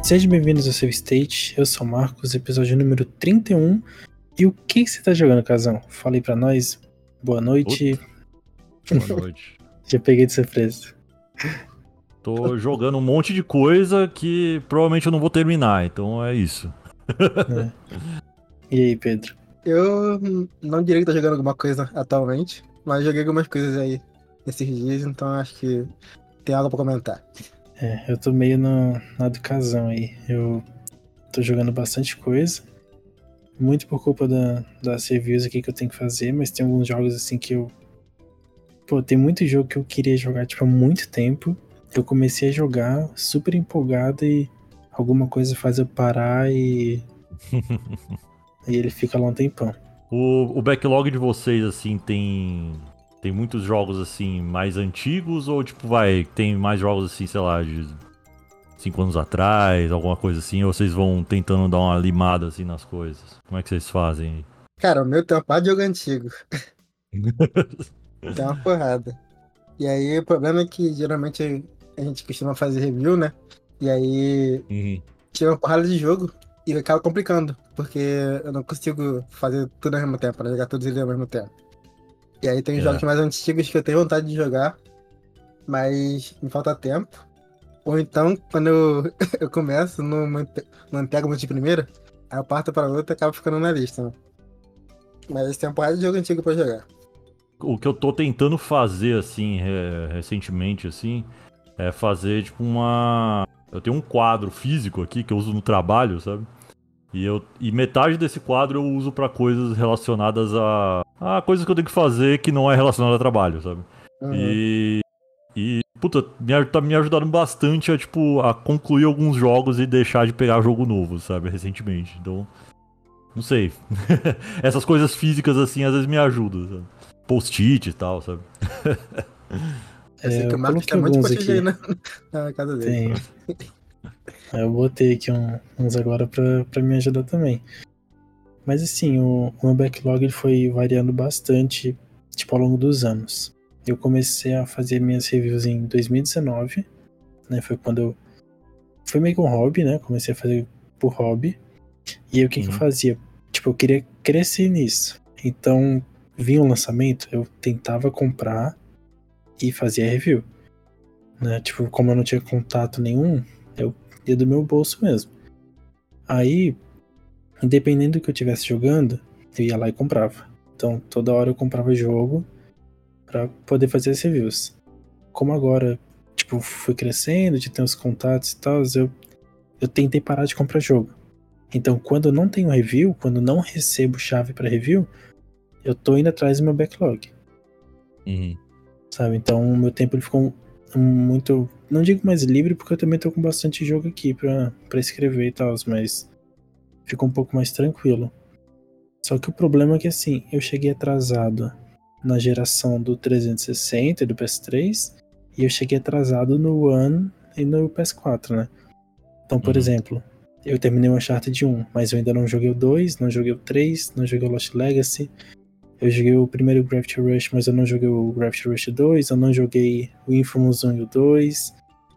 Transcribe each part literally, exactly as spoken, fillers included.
Sejam bem-vindos ao Save State, eu sou o Marcos, episódio número trinta e um. E o que você tá jogando, Casão? Fala aí pra nós. Boa noite. Boa noite. Já peguei de surpresa. Tô jogando um monte de coisa que provavelmente eu não vou terminar, então é isso. É. E aí, Pedro? Eu não diria que tô jogando alguma coisa atualmente, mas joguei algumas coisas aí esses dias, então acho que tem algo pra comentar. É, eu tô meio no, na do Casão aí. Eu tô jogando bastante coisa. Muito por culpa da, das reviews aqui que eu tenho que fazer, mas tem alguns jogos assim que eu... Pô, tem muito jogo que eu queria jogar, tipo, há muito tempo. Eu comecei a jogar super empolgado e alguma coisa faz eu parar e... e ele fica lá um tempão. O, o backlog de vocês, assim, tem... Tem muitos jogos, assim, mais antigos ou, tipo, vai, tem mais jogos, assim, sei lá, de cinco anos atrás, alguma coisa assim, ou vocês vão tentando dar uma limada, assim, nas coisas? Como é que vocês fazem? Cara, o meu tem uma par de jogo antigo, tem uma porrada. E aí o problema é que geralmente a gente costuma fazer review, né? E aí Uhum. tira uma porrada de jogo e acaba complicando, porque eu não consigo fazer tudo ao mesmo tempo, pra jogar todos eles ao mesmo tempo. E aí tem É. jogos mais antigos que eu tenho vontade de jogar, mas me falta tempo. Ou então, quando eu, eu começo, não, mante- não pego muito de primeira, aí eu parto pra outra e acabo ficando na lista, né? Mas tem uma porrada de jogo antigo pra jogar. O que eu tô tentando fazer, assim, re- recentemente, assim, é fazer, tipo, uma... Eu tenho um quadro físico aqui que eu uso no trabalho, sabe? E, eu, e metade desse quadro eu uso pra coisas relacionadas a... a coisas que eu tenho que fazer que não é relacionado a trabalho, sabe? Uhum. E... E, puta, me, aj- tá me ajudando bastante a, tipo, a concluir alguns jogos e deixar de pegar jogo novo, sabe? Recentemente. Então, não sei. Essas coisas físicas, assim, às vezes me ajudam, sabe? Post-it e tal, sabe? Eu sei É, que eu o Marcos coloquei tem um monte de alguns post aí aqui. na, na casa dele. Tem. Aí eu botei aqui um- uns agora pra, pra me ajudar também. Mas assim, o, o meu backlog ele foi variando bastante, tipo, ao longo dos anos. Eu comecei a fazer minhas reviews em dois mil e dezenove, né? Foi quando eu... Foi meio que um hobby, né? Comecei a fazer por hobby. E aí o que, que eu Uhum. fazia? Tipo, eu queria crescer nisso. Então, vinha o lançamento, eu tentava comprar e fazia review, né? Tipo, como eu não tinha contato nenhum, eu ia do meu bolso mesmo. Aí, independente do que eu estivesse jogando, eu ia lá e comprava. Então, toda hora eu comprava jogo pra poder fazer as reviews. Como agora, tipo, fui crescendo, de ter uns contatos e tal, eu, eu tentei parar de comprar jogo. Então, quando eu não tenho review, quando eu não recebo chave pra review, eu tô indo atrás do meu backlog, Uhum. sabe? Então, o meu tempo ele ficou muito... Não digo mais livre, porque eu também tô com bastante jogo aqui pra, pra escrever e tal, mas ficou um pouco mais tranquilo. Só que o problema é que, assim, eu cheguei atrasado na geração do trezentos e sessenta e do P S três, e eu cheguei atrasado no One e no P S quatro, né? Então, por Uhum. exemplo, eu terminei o Uncharted um, mas eu ainda não joguei o dois, não joguei o três, não joguei o Lost Legacy. Eu joguei o primeiro Gravity Rush, mas eu não joguei o Gravity Rush dois, eu não joguei o Infamous um e o dois.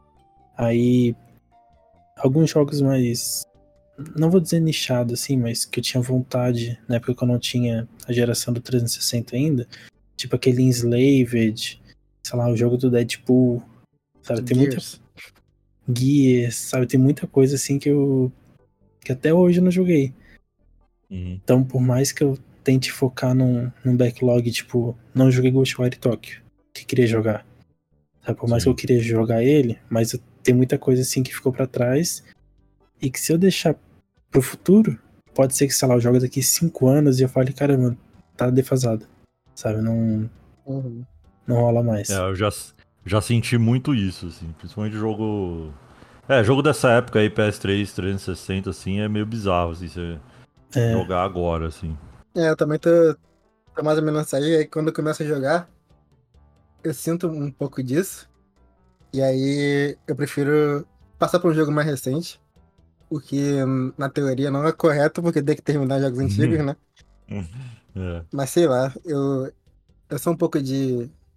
Aí, alguns jogos mais... Não vou dizer nichado assim, mas que eu tinha vontade, na época que eu não tinha a geração do trezentos e sessenta ainda, tipo aquele Enslaved, sei lá, o jogo do Deadpool, sabe? Tem muita... Gears. Gears, sabe? Tem muita coisa assim que eu... que até hoje eu não joguei. Uhum. Então, por mais que eu tente focar num, num backlog, tipo, não joguei Ghostwire Tokyo, que queria jogar. Sabe? Por mais Sim. que eu queria jogar ele, mas eu- tem muita coisa assim que ficou pra trás, e que se eu deixar pro futuro, pode ser que, sei lá, eu jogue daqui cinco anos e eu fale, caramba, tá defasado. Sabe? Não, Uhum. não rola mais. É, eu já, já senti muito isso, assim. Principalmente jogo... É, jogo dessa época aí, P S três, trezentos e sessenta, assim, é meio bizarro, assim, você É, jogar agora, assim. É, eu também tô, tô mais ou menos aí, aí quando eu começo a jogar, eu sinto um pouco disso. E aí eu prefiro passar por um jogo mais recente, o que hum, na teoria não é correto, porque tem que terminar jogos antigos, né? É. Mas sei lá, eu, eu sou um pouco de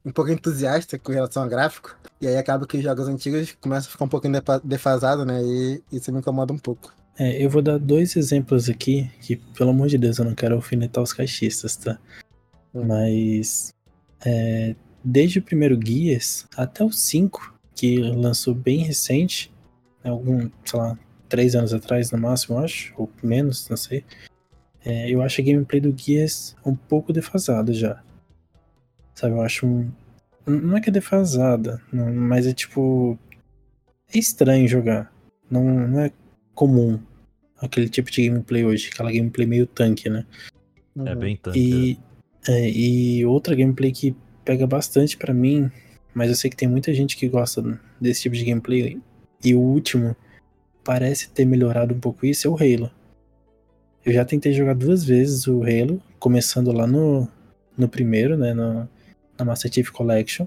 um pouco entusiasta com relação ao gráfico. E aí acaba que os jogos antigos começam a ficar um pouquinho defa- defasado, né? E isso me incomoda um pouco. É, eu vou dar dois exemplos aqui, que, pelo amor de Deus, eu não quero alfinetar os caixistas, tá? Hum. Mas, é, desde o primeiro Gears até o cinco, que lançou bem recente, algum, sei lá, três anos atrás no máximo, eu acho, ou menos, não sei. É, eu acho a gameplay do Gears um pouco defasada já. Sabe, eu acho um... Não é que é defasada, não, mas é tipo... É estranho jogar. Não, não é comum aquele tipo de gameplay hoje, aquela gameplay meio tanque, né? É Uhum. bem tanque. E, é, e outra gameplay que pega bastante pra mim, mas eu sei que tem muita gente que gosta desse tipo de gameplay, e o último parece ter melhorado um pouco isso, é o Halo. Eu já tentei jogar duas vezes o Halo, começando lá no, no primeiro, né, no, na Master Chief Collection,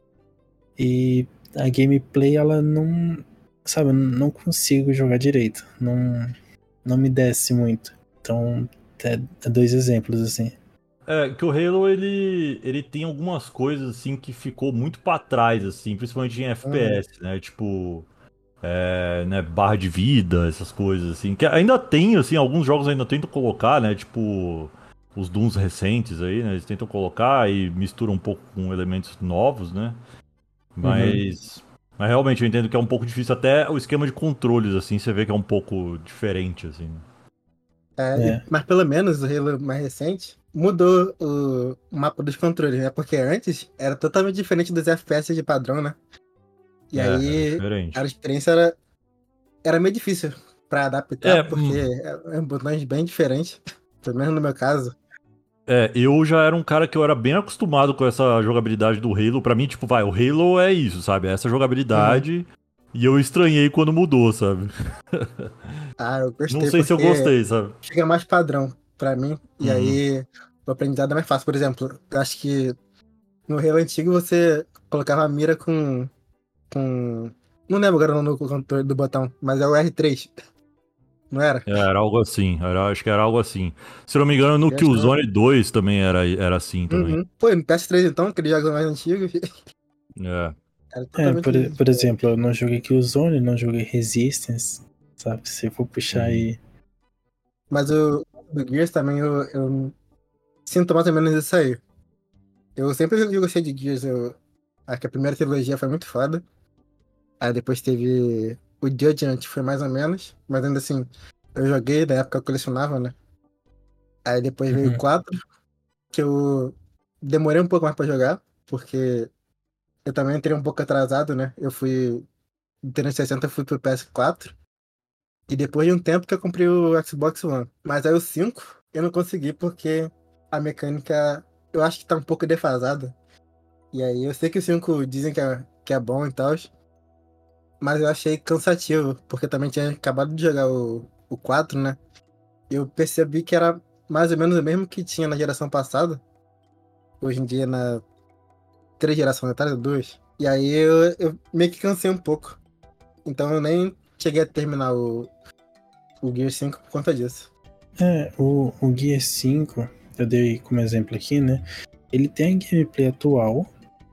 e a gameplay, ela não, sabe, eu não consigo jogar direito, não, não me desce muito. Então, é, é dois exemplos, assim. É, que o Halo, ele, ele tem algumas coisas, assim, que ficou muito pra trás, assim, principalmente em F P S, né? Tipo, é, né, barra de vida, essas coisas, assim. Que ainda tem, assim, alguns jogos ainda tentam colocar, né? Tipo, os Dooms recentes aí, né? Eles tentam colocar e misturam um pouco com elementos novos, né? Mas, mas realmente eu entendo que é um pouco difícil. Até o esquema de controles, assim, você vê que é um pouco diferente, assim. É, e- É, mas pelo menos o Halo mais recente mudou o mapa dos controles, né? Porque antes era totalmente diferente dos F P S de padrão, né? E É, era aí a diferente. experiência era, era meio difícil pra adaptar, É, porque hum, eram botões bem diferentes, pelo menos no meu caso. É, eu já era um cara que eu era bem acostumado com essa jogabilidade do Halo. Pra mim, tipo, vai, o Halo é isso, sabe? É essa Uhum. jogabilidade. E eu estranhei quando mudou, sabe? Ah, eu Não gostei sei se eu porque gostei, sabe? fica mais padrão pra mim, e Uhum. aí o aprendizado é mais fácil. Por exemplo, eu acho que no Halo antigo você colocava a mira com, com... Não lembro agora o nome do controle do botão, mas é o R três, não era? É, era algo assim, era, acho que era algo assim. Se eu não me engano, no Eu achava. Killzone dois também era, era assim também. Uhum. Pô, no P S três então, aqueles jogos mais antigos, É. era é por, totalmente por diferente. exemplo, eu não joguei Killzone, não joguei Resistance, sabe? Se eu for puxar Uhum. aí. Mas o do Gears também eu, eu sinto mais ou menos isso aí. Eu sempre gostei de Gears, eu acho que a primeira trilogia foi muito foda. Aí depois teve o Judgment, foi mais ou menos, mas ainda assim, eu joguei, na época eu colecionava, né? Aí depois veio o Uhum, quatro, que eu demorei um pouco mais pra jogar, porque eu também entrei um pouco atrasado, né? Eu fui do trezentos e sessenta, eu fui pro P S quatro. E depois de um tempo que eu comprei o Xbox One. Mas aí o cinco eu não consegui porque a mecânica eu acho que tá um pouco defasada. E aí eu sei que o cinco dizem que é, que é bom e tal, mas eu achei cansativo, porque eu também tinha acabado de jogar o, o quatro, né? E eu percebi que era mais ou menos o mesmo que tinha na geração passada. Hoje em dia, na três gerações atrás, duas. E aí eu, eu meio que cansei um pouco. Então eu nem cheguei a terminar o, o Gear cinco por conta disso. é, o, o Gear cinco, eu dei como exemplo aqui, né? Ele tem a gameplay atual,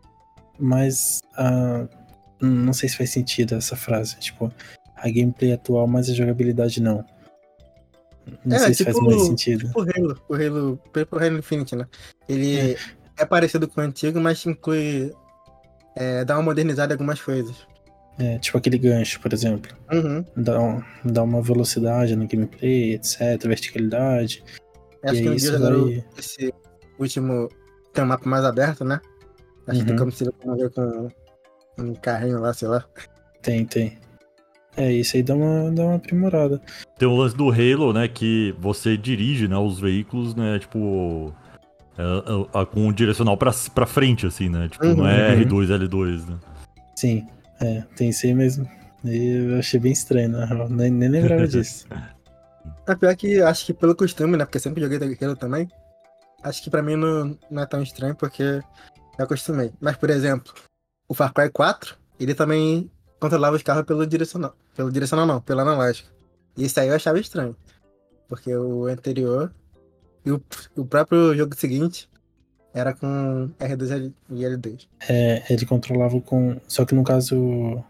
mas a, não sei se faz sentido essa frase. Tipo, a gameplay atual, mas a jogabilidade não. Não É, sei se faz mais tipo, sentido. tipo o Halo, o Halo, o Halo Infinite, né? É, Ele é parecido com o antigo, mas inclui, é, dá uma modernizada em algumas coisas. é, tipo aquele gancho, por exemplo. Uhum. Dá, um- dá uma velocidade no gameplay, etc, verticalidade. Eu E acho que aí no Gears isso agora o- vai... esse último tem um mapa mais aberto, né? Acho que tem Uhum, como se ele mover com um carrinho lá, sei lá. tem, tem. É, isso aí dá uma, dá uma aprimorada. Tem o lance do Halo, né? Que você dirige, né, os veículos, né? Tipo. É, é, é, com o direcional pra, pra frente, assim, né? Tipo, não Uhum. é r Uhum, dois l dois, né? sim, é, tem isso aí mesmo. E eu achei bem estranho, na real. Nem, nem lembrava disso. É pior que acho que pelo costume, né? Porque eu sempre joguei Halo também. Acho que pra mim não, não é tão estranho porque eu acostumei. Mas, por exemplo, o Far Cry quatro, ele também controlava os carros pelo direcional. Pelo direcional não, pelo analógico. E isso aí eu achava estranho. Porque o anterior e o, o próprio jogo seguinte, era com R dois e L dois. É, ele controlava com. Só que no caso.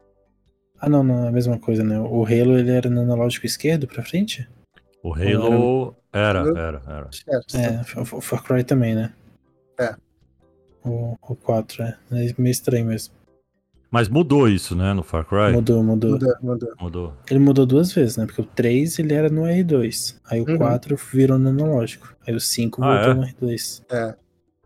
Ah, não, não é a mesma coisa, né? O Halo ele era no analógico esquerdo pra frente? O era- Halo era, era, era. É, o o Far Cry também, né? É. O, o quatro, é. É meio estranho mesmo. Mas mudou isso, né, no Far Cry? Mudou, mudou. Mudou, mudou. Mudou. Ele mudou duas vezes, né? Porque o três ele era no R dois. Aí o Uhum. quatro virou no analógico. Aí o cinco Ah, voltou é? no R dois. É.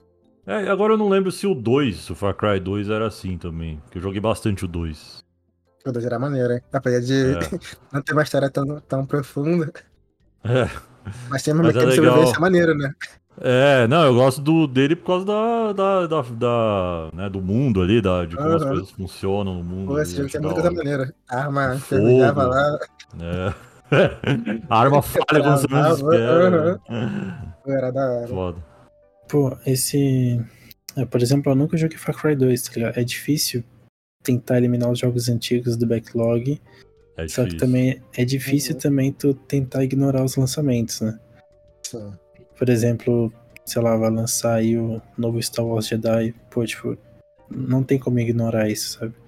É, agora eu não lembro se o dois, o Far Cry dois era assim também. Porque eu joguei bastante o dois. O dois era maneiro, hein? Apesar de É. não ter uma história tão, tão profunda. É. Mas tem uma Mas é mecânica de legal. sobrevivência maneira, né? É, não, eu gosto do, dele por causa da, da, da, da, né, do mundo ali, da, de como as Uhum. coisas funcionam no mundo. Pô, Ali, esse jogo acho tem da muita coisa hora. maneira. A arma O enferrujava fogo. lá, É. A arma falha quando você menos travava. espera. Uhum. Pô, era da hora. Foda. Pô, esse. É, por exemplo, eu nunca joguei Far Cry dois, tá ligado? É difícil tentar eliminar os jogos antigos do backlog. É Só que difícil. também é difícil Uhum. também tu tentar ignorar os lançamentos, né? Sim. Por exemplo, sei lá, vai lançar aí o novo Star Wars Jedi. Pô, tipo, não tem como ignorar isso, sabe?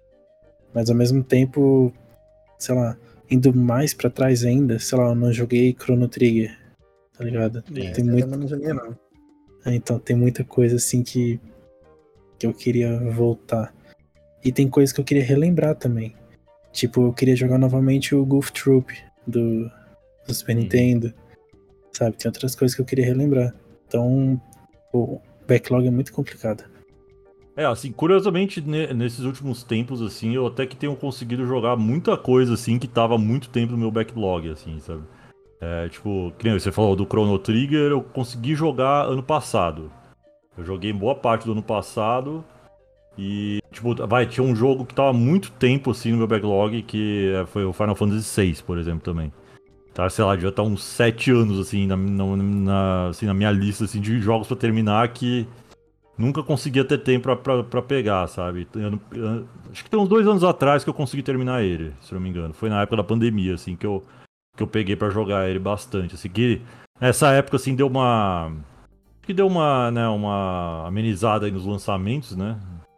Mas ao mesmo tempo, sei lá, indo mais pra trás ainda, sei lá, eu não joguei Chrono Trigger, tá ligado? É, Tem esse eu muito, também não joguei, não. então tem muita coisa assim que, que eu queria voltar. E tem coisas que eu queria relembrar também. Tipo, eu queria jogar novamente o Goof Troop do, do Super Uhum. Nintendo. Sabe, tem outras coisas que eu queria relembrar. Então, o backlog é muito complicado. É, assim, curiosamente, ne- nesses últimos tempos, assim, eu até que tenho conseguido jogar muita coisa, assim, que tava há muito tempo no meu backlog, assim, sabe? É, tipo, que nem você falou do Chrono Trigger, eu consegui jogar ano passado. Eu joguei boa parte do ano passado e, tipo, vai, tinha um jogo que tava há muito tempo, assim, no meu backlog, que é, foi o Final Fantasy seis, por exemplo, também. Tá, sei lá, devia estar uns sete anos, assim, na, na, na- assim, na minha lista, assim, de jogos pra terminar que nunca conseguia ter tempo pra, pra, pra pegar, sabe? Eu- eu- acho que tem uns dois anos atrás que eu consegui terminar ele, se não me engano. Foi na época da pandemia, assim, que eu, que eu peguei pra jogar ele bastante. Assim, que nessa época, assim, deu uma... Acho que deu uma, né, uma amenizada aí nos lançamentos, né?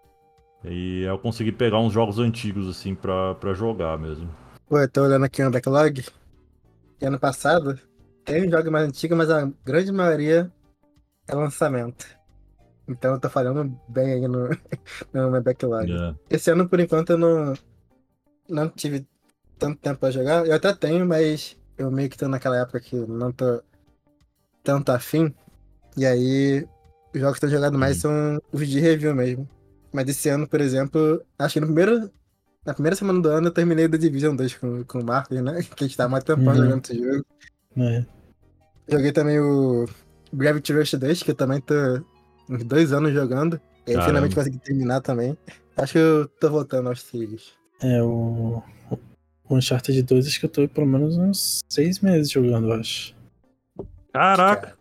E eu consegui pegar uns jogos antigos, assim, pra, pra jogar mesmo. Pô, eu tô olhando aqui no backlog. E ano passado, tem jogos mais antigos, mas a grande maioria é lançamento. Então eu tô falhando bem aí no, no meu backlog. É. Esse ano, por enquanto, eu não, não tive tanto tempo pra jogar. Eu até tenho, mas eu meio que tô naquela época que não tô tanto afim. E aí, os jogos que eu tô jogando mais Uhum. são os de review mesmo. Mas esse ano, por exemplo, acho que no primeiro, na primeira semana do ano eu terminei o The Division dois com, com o Marcos, né? Que a gente tá há muito tempão Uhum. jogando esse jogo. É. Joguei também o Gravity Rush dois, que eu também tô uns dois anos jogando. E aí Caramba. finalmente consegui terminar também. Acho que eu tô voltando aos trilhos. É, o, o Uncharted dois, acho que eu tô pelo menos uns seis meses jogando, eu acho. Caraca!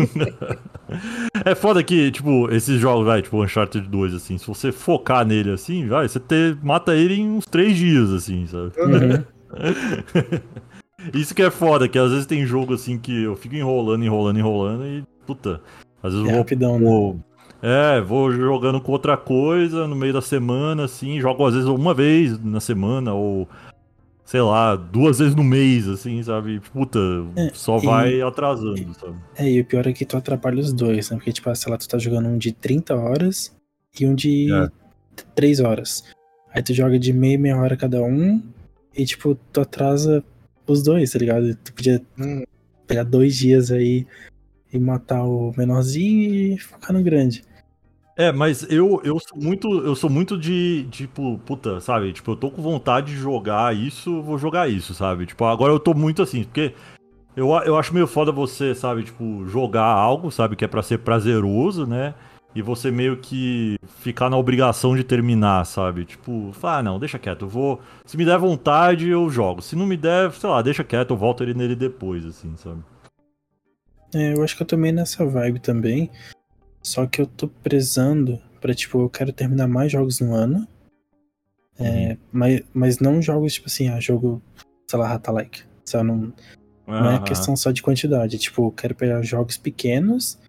É foda que, tipo, esses jogos, vai, tipo, Uncharted dois, assim, se você focar nele, assim, vai, você ter, mata ele em uns três dias, assim, sabe? Uhum. Isso que é foda, que às vezes tem jogo, assim, que eu fico enrolando, enrolando, enrolando e, puta, às vezes É eu vou... rapidão, né? vou- É, vou jogando com outra coisa no meio da semana, assim, jogo às vezes uma vez na semana, ou, sei lá, duas vezes no mês, assim, sabe? Puta, É, só e- vai atrasando, sabe? É, e o pior é que tu atrapalha os dois, né? Porque, tipo, sei lá, tu tá jogando um de trinta horas e um de três horas. Aí tu joga de meia, meia hora cada um e, tipo, tu atrasa os dois, tá ligado? Tu podia Hum, pegar dois dias aí e matar o menorzinho e focar no grande. É, mas eu, eu sou muito, eu sou muito de, tipo, puta, sabe? Tipo, eu tô com vontade de jogar isso, vou jogar isso, sabe? Tipo, agora eu tô muito assim, porque eu, a- eu acho meio foda você, sabe, tipo, jogar algo, sabe, que é pra ser prazeroso, né? E você meio que ficar na obrigação de terminar, sabe? Tipo, ah, não, deixa quieto, eu vou. Se me der vontade, eu jogo. Se não me der, sei lá, deixa quieto, eu volto ele nele depois, assim, sabe? É, eu acho que eu tô meio nessa vibe também. Só que eu tô prezando pra, tipo, eu quero terminar mais jogos no ano. É, mas, mas não jogos, tipo assim, ah, jogo, sei lá, Rata-like. Não, não é Aham. questão só de quantidade. Tipo, eu quero pegar jogos pequenos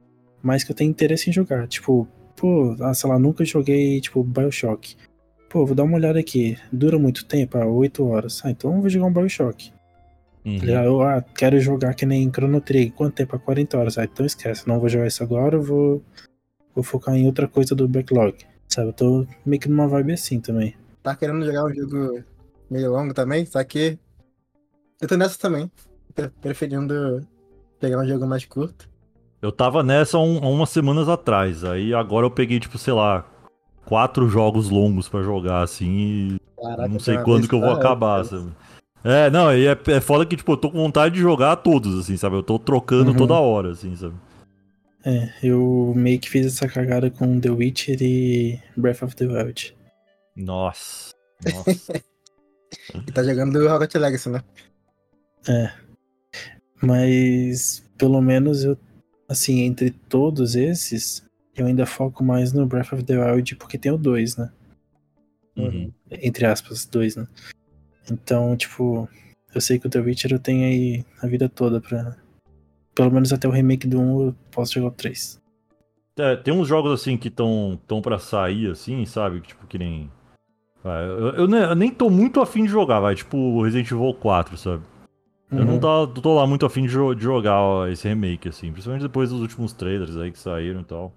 mas que eu tenho interesse em jogar. Tipo, pô, ah, sei lá, nunca joguei, tipo, BioShock. Pô, vou dar uma olhada aqui. Dura muito tempo? Ah, oito horas. Ah, então eu vou jogar um BioShock. Uhum. Tá ligado? Eu ah, quero jogar que nem Chrono Trigger. Quanto tempo? Ah, quarenta horas. Ah, então esquece. Não vou jogar isso agora, eu vou, vou focar em outra coisa do backlog. Sabe? Eu tô meio que numa vibe assim também. Tá querendo jogar um jogo meio longo também, só que eu tô nessa também. pre- Preferindo pegar um jogo mais curto. Eu tava nessa há, um- há umas semanas atrás. Aí agora eu peguei, tipo, sei lá, quatro jogos longos pra jogar, assim, e não Caraca, de sei uma quando vez que eu vou só, é, acabar, é, sabe? É, não, e é, é foda que, tipo, eu tô com vontade de jogar todos, assim, sabe? Eu tô trocando toda Uhum. hora, assim, sabe? É, eu meio que fiz essa cagada com The Witcher e Breath of the Wild. Nossa, nossa. E tá jogando Rocket Legacy, né? É, mas pelo menos eu, assim, entre todos esses, eu ainda foco mais no Breath of the Wild porque tem o dois, né? Uhum. Entre aspas, dois, né? Então, tipo, eu sei que o The Witcher eu tenho aí a vida toda pra. Pelo menos até o remake do um eu posso jogar o três. É, tem uns jogos, assim, que estão tão pra sair, assim, sabe? Tipo, que nem... Ah, eu, eu ne- eu nem tô muito afim de jogar, vai, tipo o Resident Evil quatro, sabe? Eu não Uhum. tô, tô lá muito afim de, jo- de jogar ó, esse remake, assim, principalmente depois dos últimos trailers aí que saíram e tal.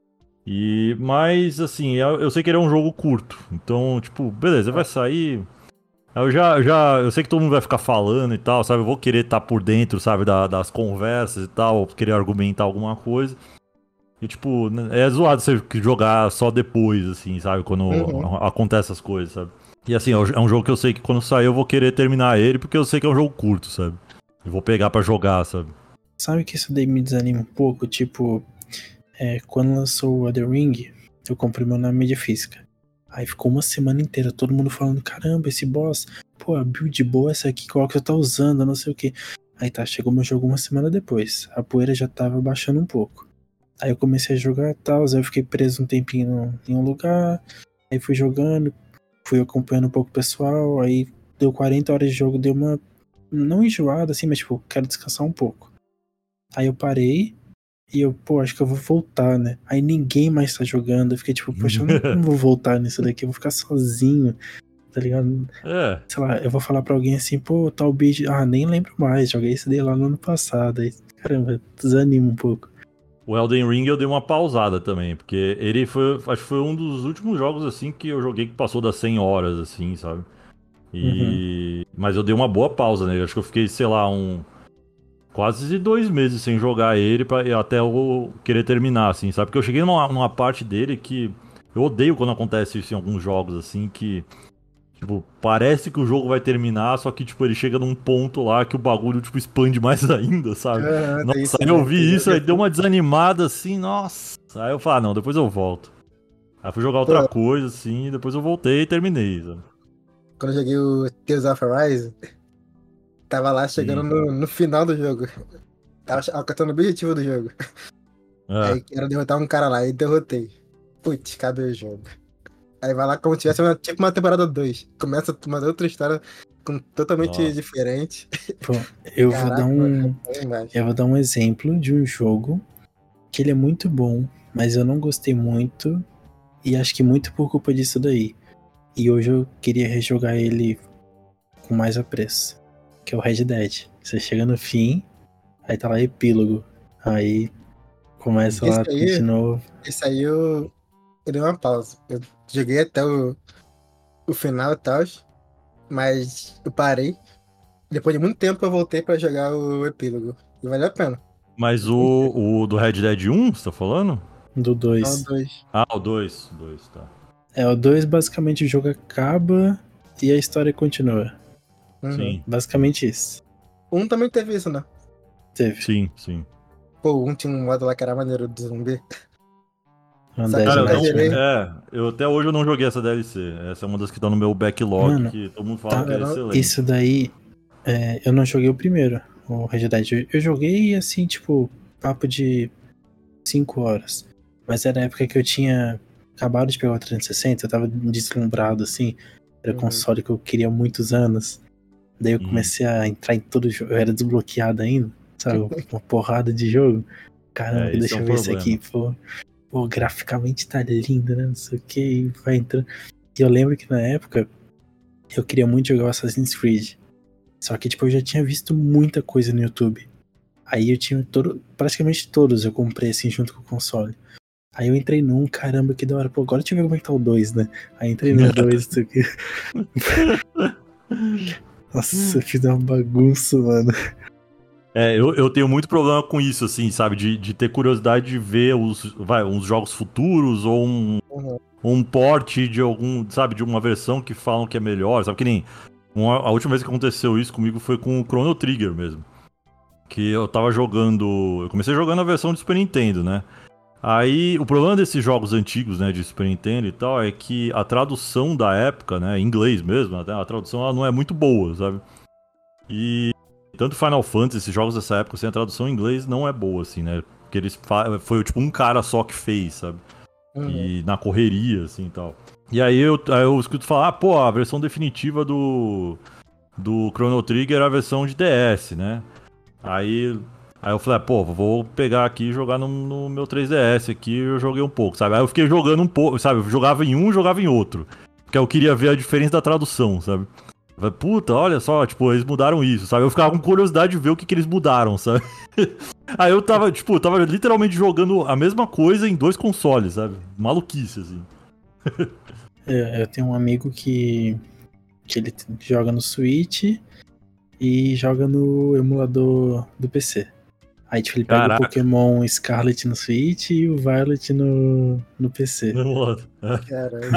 E, mas, assim, eu, eu sei que ele é um jogo curto, então, tipo, beleza, vai sair. Eu já, já, eu sei que todo mundo vai ficar falando e tal, sabe? Eu vou querer estar por dentro, sabe, da- das conversas e tal, querer argumentar alguma coisa. E, tipo, né, é zoado você jogar só depois, assim, sabe? Quando Uhum. a- acontece essas coisas, sabe? E, assim, é um é um jogo que eu sei que quando sair eu vou querer terminar ele, porque eu sei que é um jogo curto, sabe? Eu vou pegar pra jogar, sabe? Sabe que isso daí me desanima um pouco? Tipo, é, quando lançou o Elden Ring, eu comprei meu na mídia física. Aí ficou uma semana inteira todo mundo falando: caramba, esse boss, pô, a build boa essa aqui, qual que você tá usando, não sei o que. Aí tá, chegou meu jogo uma semana depois. A poeira já tava baixando um pouco. Aí eu comecei a jogar e tal, aí eu fiquei preso um tempinho no- em um lugar. Aí fui jogando, fui acompanhando um pouco o pessoal. Aí deu quarenta horas de jogo, deu uma. Não enjoada assim, mas tipo, quero descansar um pouco. Aí eu parei. E eu, pô, acho que eu vou voltar, né? Aí ninguém mais tá jogando. Eu fiquei tipo, poxa, eu não, não vou voltar nisso daqui, eu vou ficar sozinho, tá ligado? É. Sei lá, eu vou falar pra alguém assim, pô, tal bicho, ah, nem lembro mais, joguei esse daí lá no ano passado. Aí, caramba, desanima um pouco. O Elden Ring eu dei uma pausada também, porque ele foi, acho que foi um dos últimos jogos, assim, que eu joguei que passou das cem horas, assim, sabe? Uhum. E... Mas eu dei uma boa pausa, né? Eu acho que eu fiquei, sei lá, um... quase dois meses sem jogar ele pra... até eu querer terminar, assim, sabe? Porque eu cheguei numa, numa parte dele que eu odeio quando acontece isso em alguns jogos, assim, que, tipo, parece que o jogo vai terminar, só que, tipo, ele chega num ponto lá que o bagulho, tipo, expande mais ainda, sabe? Aham, tem Nossa, isso aí eu mesmo. Tem vi jogo isso, aí deu assim. uma desanimada, assim, nossa. Aí eu falei, ah, não, depois eu volto. Aí fui jogar outra Pô, coisa, assim, e depois eu voltei e terminei, sabe? quando eu joguei o Tales of Arise, tava lá chegando Hum. no, no final do jogo. Tava alcançando o objetivo do jogo. É. Aí era derrotar um cara lá e derrotei. Putz, cadê o jogo? Aí vai lá como se tivesse uma, tipo uma temporada dois. Começa uma outra história com, totalmente Nossa. diferente. Pô, eu vou dar Caraca, mano, é um. bom demais. Eu vou dar um exemplo de um jogo que ele é muito bom, mas eu não gostei muito. E acho que muito por culpa disso daí. E hoje eu queria rejogar ele com mais apreço. Que é o Red Dead. Você chega no fim, aí tá lá epílogo. Aí começa Esse lá de aí, novo. esse aí eu, eu dei uma pausa. Eu joguei até o, o final e tal, mas eu parei. Depois de muito tempo eu voltei pra jogar o epílogo. E valeu a pena. Mas o, o do Red Dead um, você tá falando? Do São dois. dois. Ah, o dois, o dois, tá. É, o dois basicamente o jogo acaba e a história continua. Uhum. Sim, sim, Basicamente isso. Um também teve isso, né? Teve. sim, sim. Pô, um tinha um modo lá que era maneiro do zumbi. Só que Undead Cara, eu eu nunca não. Nightmare, zerei. né? É, eu até hoje eu não joguei essa D L C. Essa é uma das que tá no meu backlog, Mano, que todo mundo fala tá. que é Eu não- excelente. Isso daí. É, eu não joguei o primeiro, o Red Dead. Eu, eu joguei assim, tipo, papo de cinco horas. Mas era a época que eu tinha acabado de pegar o trezentos e sessenta, eu tava deslumbrado, assim. Era o Uhum. console que eu queria há muitos anos. Daí eu Uhum. comecei a entrar em todo jogo. Eu era desbloqueado ainda, sabe? Uma porrada de jogo. Caramba, É, esse deixa é um eu ver isso problema. aqui, pô. Pô, graficamente tá lindo, né? Não sei o que, e vai entrando. E eu lembro que na época eu queria muito jogar o Assassin's Creed. Só que, tipo, eu já tinha visto muita coisa no YouTube. Aí eu tinha todo, praticamente todos eu comprei assim junto com o console. Aí eu entrei num, caramba, que da hora. Pô, agora deixa eu ver como é que tá o dois, né? Aí entrei no dois, isso aqui. Nossa, eu fiz uma bagunça, mano. É, eu, eu tenho muito problema com isso, assim, sabe? De, de ter curiosidade de ver os, vai, uns jogos futuros ou um, Uhum. um port de algum, sabe, de uma versão que falam que é melhor, sabe? Que nem. Uma, a última vez que aconteceu isso comigo foi com o Chrono Trigger mesmo. Que eu tava jogando. Eu comecei jogando a versão de Super Nintendo, né? Aí, o problema desses jogos antigos, né, de Super Nintendo e tal, é que a tradução da época, né, em inglês mesmo, até a tradução ela não é muito boa, sabe? E tanto Final Fantasy, esses jogos dessa época, assim, a tradução em inglês não é boa, assim, né? Porque eles fa... foi tipo um cara só que fez, sabe? Uhum. E na correria, assim e tal. E aí eu, aí eu escuto falar, ah, pô, a versão definitiva do, do Chrono Trigger é a versão de D S, né? Aí, aí eu falei, ah, pô, vou pegar aqui e jogar no, no meu três D S aqui, eu joguei um pouco, sabe? Aí eu fiquei jogando um pouco, sabe? Eu jogava em um, jogava em outro. Porque eu queria ver a diferença da tradução, sabe? Eu falei, puta, olha só, tipo, eles mudaram isso, sabe? Eu ficava com curiosidade de ver o que, que eles mudaram, sabe? Aí eu tava, tipo, eu tava literalmente jogando a mesma coisa em dois consoles, sabe? Maluquice, assim. Eu, eu tenho um amigo que, que ele joga no Switch e joga no emulador do P C. Aí, tipo, ele pega o Caraca, Pokémon Scarlet no Switch e o Violet no, no P C. meu modo. Caramba.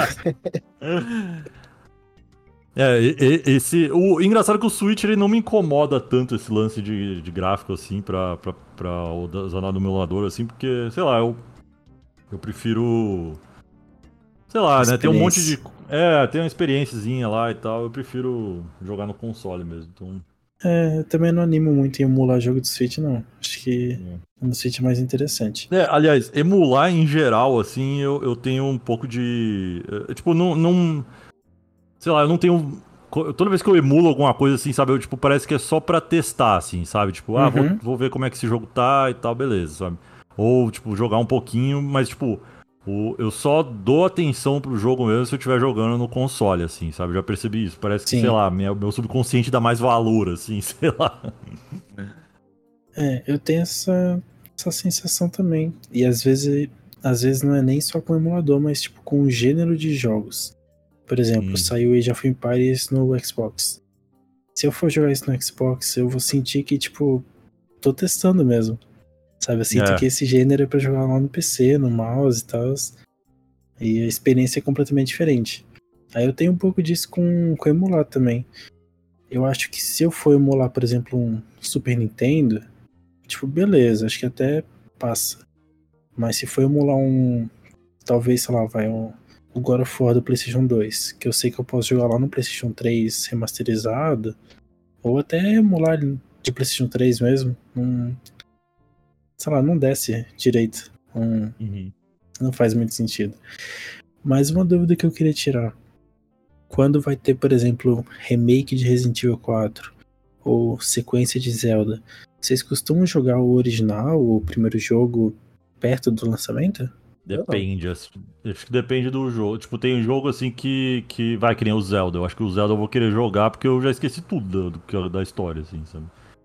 É, e- e- esse. O engraçado é que o Switch ele não me incomoda tanto esse lance de, de gráfico assim pra, pra, pra usar no emulador, assim, porque, sei lá, eu, eu prefiro. Sei lá, né? Tem um monte de. Experiência. É, tem uma experiênciazinha lá e tal. Eu prefiro jogar no console mesmo. Então. É, eu também não animo muito em emular jogo do Switch, não. Acho que no Switch é mais interessante. É, aliás, emular em geral, assim, eu, eu tenho um pouco de. eh, Tipo, não, não. Sei lá, eu não tenho. co- Toda vez que eu emulo alguma coisa assim, sabe? Eu, tipo, parece que é só pra testar, assim, sabe? Tipo, ah, vou, Uhum. vou ver como é que esse jogo tá e tal, beleza, sabe? Ou, tipo, jogar um pouquinho, mas, tipo, o, eu só dou atenção pro jogo mesmo se eu estiver jogando no console, assim, sabe? Já percebi isso. Parece que, sei Sim. lá, minha, meu subconsciente dá mais valor, assim, sei lá. É, eu tenho essa, essa sensação também. E às vezes, às vezes não é nem só com o emulador, mas tipo com o gênero de jogos. Por exemplo, Hum, saiu Age of Empires no Xbox. Se eu for jogar isso no Xbox, eu vou sentir que, tipo, tô testando mesmo. Sabe, eu sinto que é. esse gênero é pra jogar lá no P C, no mouse e tal. E a experiência é completamente diferente. Aí eu tenho um pouco disso com, com emular também. Eu acho que se eu for emular, por exemplo, um Super Nintendo, tipo, beleza, acho que até passa. Mas se for emular um, talvez, sei lá, vai um, o God of War do PlayStation dois, que eu sei que eu posso jogar lá no PlayStation três remasterizado, ou até emular ele de PlayStation três mesmo, não, sei lá, não desce direito. Não, Uhum. não faz muito sentido. Mas uma dúvida que eu queria tirar. Quando vai ter, por exemplo, remake de Resident Evil quatro ou sequência de Zelda, vocês costumam jogar o original, o primeiro jogo, perto do lançamento? Eu não. Depende, acho acho que depende do jogo. Tipo, tem jogo assim que, que vai que nem o Zelda. Eu acho que o Zelda eu vou querer jogar porque eu já esqueci tudo do, do- da história, assim, sabe?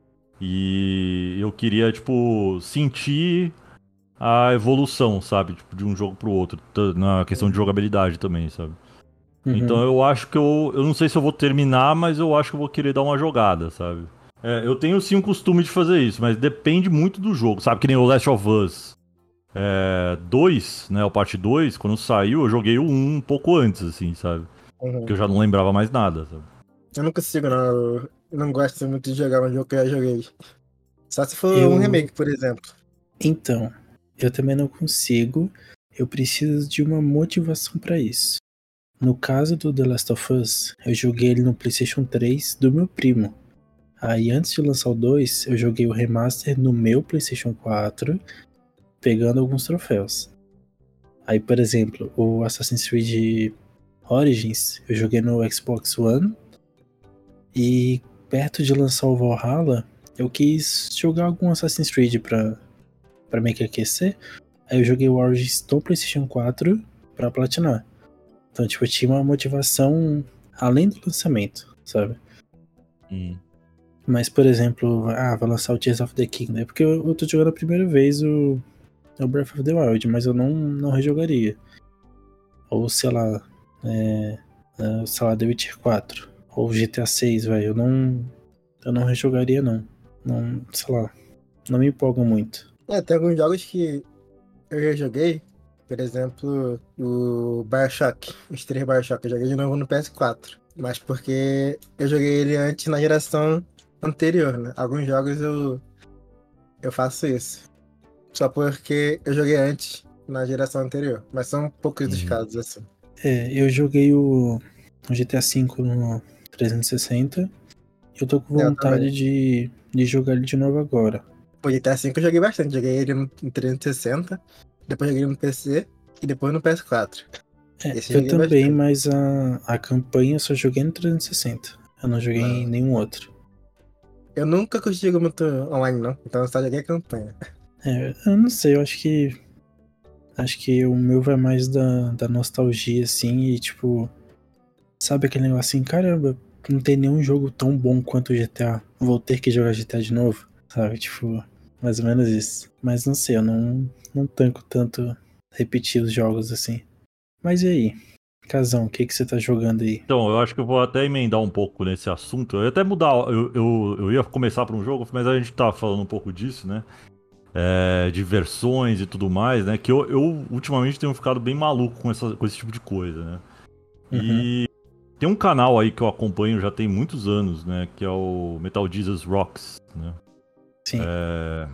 E eu queria, tipo, sentir a evolução, sabe? Tipo, de um jogo pro outro. t- Na questão de jogabilidade também, sabe? Então Uhum. eu acho que eu. Eu não sei se eu vou terminar, mas eu acho que eu vou querer dar uma jogada, sabe? É, eu tenho sim o costume de fazer isso, mas depende muito do jogo, sabe? Que nem o Last of Us. É, dois, né? O parte dois, quando saiu, eu joguei o um um pouco antes, assim, sabe? Porque Uhum. eu já não lembrava mais nada, sabe? Eu não consigo, não. Eu não gosto muito de jogar um jogo que eu já joguei. Só se for um Eu. remake, por exemplo. Então, eu também não consigo. Eu preciso de uma motivação pra isso. No caso do The Last of Us, eu joguei ele no PlayStation três do meu primo. Aí antes de lançar o dois, eu joguei o remaster no meu PlayStation quatro, pegando alguns troféus. Aí, por exemplo, o Assassin's Creed Origins, eu joguei no Xbox One e perto de lançar o Valhalla, eu quis jogar algum Assassin's Creed pra, pra meio que aquecer. Aí eu joguei o Origins no PlayStation quatro pra platinar. Então, tipo, eu tinha uma motivação além do lançamento, sabe? Hum. Mas, por exemplo, ah, vai lançar o Tears of the Kingdom. É porque eu, eu tô jogando a primeira vez o, o Breath of the Wild, mas eu não, não rejogaria. Ou, sei lá, é, é, sei lá, The Witcher quatro. Ou G T A seis, velho. Eu não, eu não rejogaria, não. Não, sei lá, não me empolgo muito. É, tem alguns jogos que eu já joguei, por exemplo, o BioShock, os três BioShock, eu joguei de novo no P S quatro. Mas porque eu joguei ele antes na geração anterior, né? Alguns jogos eu, eu faço isso. Só porque eu joguei antes na geração anterior. Mas são poucos dos Uhum. casos, assim. É, eu joguei o, o G T A V no trezentos e sessenta. Eu tô com Eu vontade também. de, de jogar ele de novo agora. O G T A V eu joguei bastante. Joguei ele no trezentos e sessenta, depois joguei no P C e depois no P S quatro. É, Esse eu eu joguei também, bastante. mas a, a campanha eu só joguei no trezentos e sessenta. Eu não joguei em Não. nenhum outro. Eu nunca curti jogo muito online, não. Então eu só joguei a campanha. É, eu não sei, eu acho que. Acho que o meu vai mais da, da nostalgia, assim, e tipo. Sabe aquele negócio assim, caramba, não tem nenhum jogo tão bom quanto o G T A. Vou ter que jogar G T A de novo. Sabe, tipo, mais ou menos isso. Mas não sei, eu não, não tanco tanto repetir os jogos assim. Mas e aí? Casão, o que, que você tá jogando aí? Então, eu acho que eu vou até emendar um pouco nesse assunto. Eu ia até mudar, eu, eu, eu ia começar por um jogo, mas a gente tava falando um pouco disso, né? É, de versões e tudo mais, né? Que eu, eu ultimamente tenho ficado bem maluco com, essa, com esse tipo de coisa, né? Uhum, E tem um canal aí que eu acompanho já tem muitos anos, né? Que é o Metal Jesus Rocks, né? sim. É,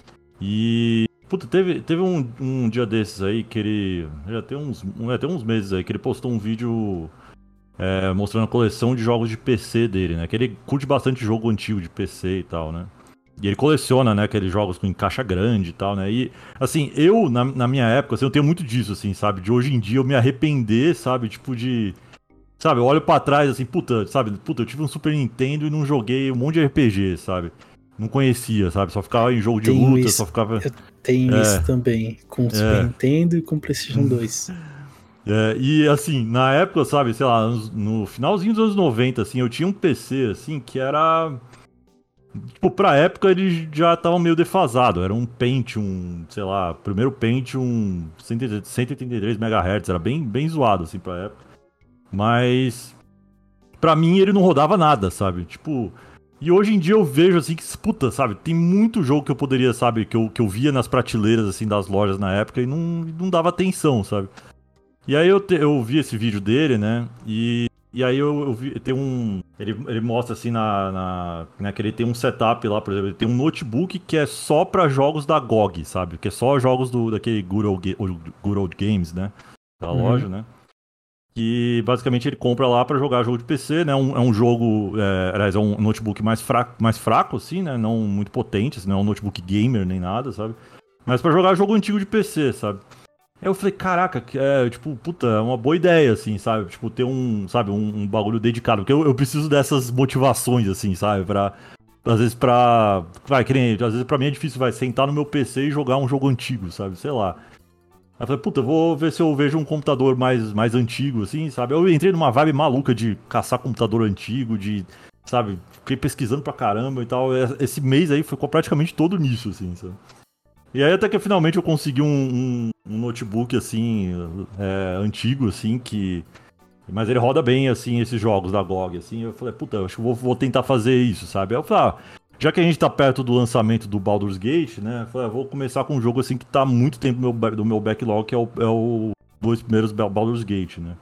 e... Puta, teve, teve um, um dia desses aí que ele... Já tem uns, um, é, tem uns meses aí que ele postou um vídeo... É, mostrando a coleção de jogos de P C dele, né? Que ele curte bastante jogo antigo de P C e tal, né? E ele coleciona, né, aqueles jogos com caixa grande e tal, né? E, assim, eu, na, na minha época, assim, eu tenho muito disso, assim, sabe? De hoje em dia eu me arrepender, sabe? Tipo de... Sabe, eu olho pra trás, assim, puta, sabe? Puta, eu tive um Super Nintendo e não joguei um monte de R P G, sabe? Não conhecia, sabe? Só ficava em jogo de Tenho luta, só isso. ficava... Eu tenho É, isso também. Com o Super é... Nintendo e com o PlayStation dois. É, e assim, na época, sabe, sei lá, no finalzinho dos anos noventa, assim, eu tinha um P C, assim, que era... Tipo, pra época ele já tava meio defasado, era um Pentium, sei lá, primeiro Pentium cento e oitenta e três megahertz, era bem, bem zoado, assim, pra época. Mas, pra mim ele não rodava nada, sabe, tipo... E hoje em dia eu vejo, assim, que, puta, sabe, tem muito jogo que eu poderia, sabe, que eu, que eu via nas prateleiras, assim, das lojas na época e não, não dava atenção, sabe. E aí eu, te, eu vi esse vídeo dele, né? E, e aí eu, eu vi. Tem um. Ele, ele mostra assim na, na. Né, que ele tem um setup lá, por exemplo, ele tem um notebook que é só pra jogos da G O G, sabe? Que é só jogos do, daquele Good Old, Good Old Games, né? Da Uhum. loja, né? Que basicamente ele compra lá pra jogar jogo de P C, né? Um, é um jogo. É, aliás, é um notebook mais fraco, mais fraco, assim, né? Não muito potente, assim, não é um notebook gamer nem nada, sabe? Mas pra jogar jogo antigo de P C, sabe? Aí eu falei, caraca, que é, tipo, puta, é uma boa ideia, assim, sabe? Tipo, ter um, sabe, um, um bagulho dedicado. Porque eu, eu preciso dessas motivações, assim, sabe? Pra, às vezes pra... Vai, que nem, às vezes pra mim é difícil, vai, sentar no meu P C e jogar um jogo antigo, sabe? Sei lá. Aí eu falei, puta, vou ver se eu vejo um computador mais, mais antigo, assim, sabe? Eu entrei numa vibe maluca de caçar computador antigo, de, sabe? Fiquei pesquisando pra caramba e tal. Esse mês aí foi praticamente todo nisso, assim, sabe? E aí até que finalmente eu consegui um, um, um notebook, assim, é, antigo, assim, que... Mas ele roda bem, assim, esses jogos da G O G, assim. Eu falei, puta, acho que vou, vou tentar fazer isso, sabe? Aí eu falei, ah, já que a gente tá perto do lançamento do Baldur's Gate, né? Eu falei, ah, vou começar com um jogo, assim, que tá há muito tempo do meu, do meu backlog, que é o, é o dois primeiros Baldur's Gate, né?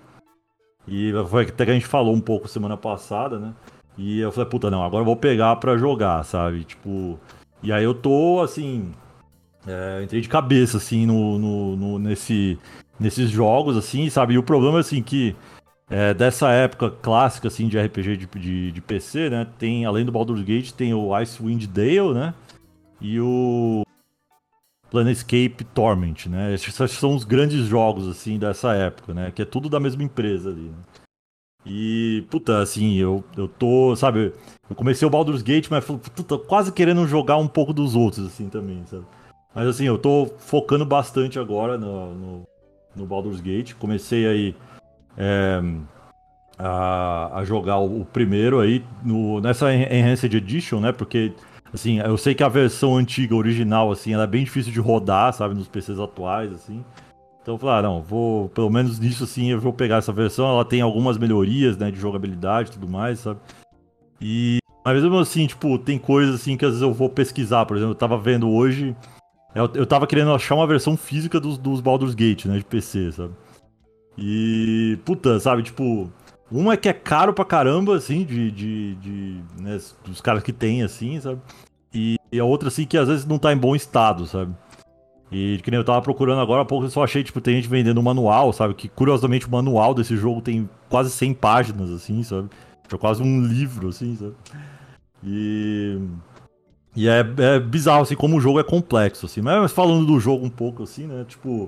E foi até que a gente falou um pouco semana passada, né? E eu falei, puta, não, agora eu vou pegar pra jogar, sabe? Tipo... E aí eu tô, assim... É, eu entrei de cabeça, assim, no, no, no- nesse, nesses jogos, assim, sabe? E o problema, assim, que é, dessa época clássica, assim, de R P G de, de, de P C, né? Tem, além do Baldur's Gate, tem o Icewind Dale, né? E o Planescape Torment, né? Esses são os grandes jogos, assim, dessa época, né? Que é tudo da mesma empresa ali, né? E, puta, assim, eu, eu tô, sabe? Eu comecei o Baldur's Gate, mas puta, quase querendo jogar um pouco dos outros, assim, também, sabe? Mas assim, eu tô focando bastante agora no, no, no Baldur's Gate. Comecei aí é, a, a jogar o, o primeiro aí no, nessa Enhanced Edition, né? Porque, assim, eu sei que a versão antiga, original, assim, ela é bem difícil de rodar, sabe? Nos P Cs atuais, assim. Então eu falei, ah, não, vou, pelo menos nisso, assim, eu vou pegar essa versão. Ela tem algumas melhorias, né? De jogabilidade e tudo mais, sabe? E... Mas mesmo assim, tipo, tem coisas assim que às vezes eu vou pesquisar. Por exemplo, eu tava vendo hoje... Eu, eu tava querendo achar uma versão física dos, dos Baldur's Gate, né? De P C, sabe? E, puta, sabe, tipo, uma é que é caro pra caramba, assim, de, de, de né, dos caras que tem, assim, sabe? E, e a outra, assim, que às vezes não tá em bom estado, sabe? E que nem eu tava procurando agora há pouco, eu só achei, tipo, tem gente vendendo um manual, sabe? Que curiosamente o manual desse jogo tem quase cem páginas, assim, sabe? É quase um livro, assim, sabe? E. E é, é bizarro, assim, como o jogo é complexo, assim. Mas falando do jogo um pouco, assim, né? Tipo.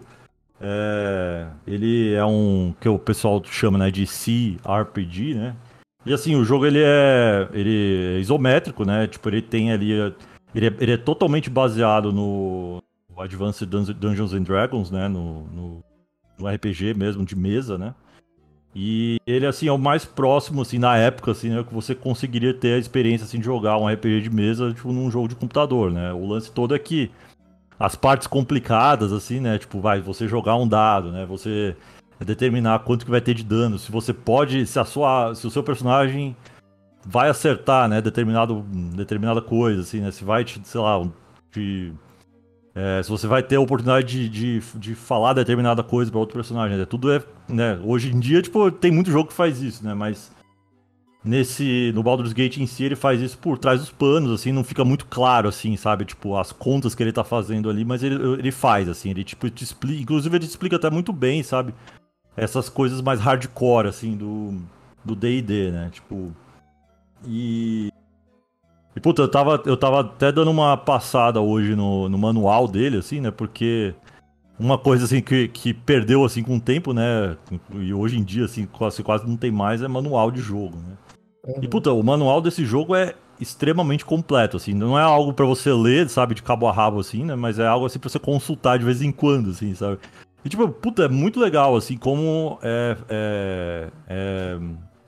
É, ele é um que o pessoal chama, né, de C R P G, né? E assim, o jogo ele é ele é isométrico, né? Tipo, ele tem ali ele é, ele é totalmente baseado no Advanced Dun- Dungeons and Dragons, né, no, no, no R P G mesmo de mesa, né? E ele assim é o mais próximo assim na época assim, né, que você conseguiria ter a experiência assim de jogar um R P G de mesa, tipo, num jogo de computador, né? O lance todo é que as partes complicadas, assim, né? Tipo, vai, você jogar um dado, né? Você determinar quanto que vai ter de dano. Se você pode, se a sua, se o seu personagem vai acertar, né? Determinado, determinada coisa, assim, né? Se vai te, sei lá, te, é, se você vai ter a oportunidade de, de, de falar determinada coisa para outro personagem, né? Tudo é, né? Hoje em dia, tipo, tem muito jogo que faz isso, né? Mas nesse, no Baldur's Gate em si, ele faz isso por trás dos panos, assim, não fica muito claro, assim, sabe? Tipo, as contas que ele tá fazendo ali, mas ele, ele faz, assim, ele, tipo, te explica, inclusive ele te explica até muito bem, sabe? Essas coisas mais hardcore, assim, do do D e D, né? Tipo, e... E, puta, eu tava, eu tava até dando uma passada hoje no, no manual dele, assim, né? Porque uma coisa, assim, que, que perdeu, assim, com o tempo, né? E hoje em dia, assim, quase, quase não tem mais, é manual de jogo, né? E, Uhum. puta, o manual desse jogo é extremamente completo, assim. Não é algo pra você ler, sabe, de cabo a rabo, assim, né? Mas é algo, assim, pra você consultar de vez em quando, assim, sabe? E, tipo, puta, é muito legal, assim, como é... é, é,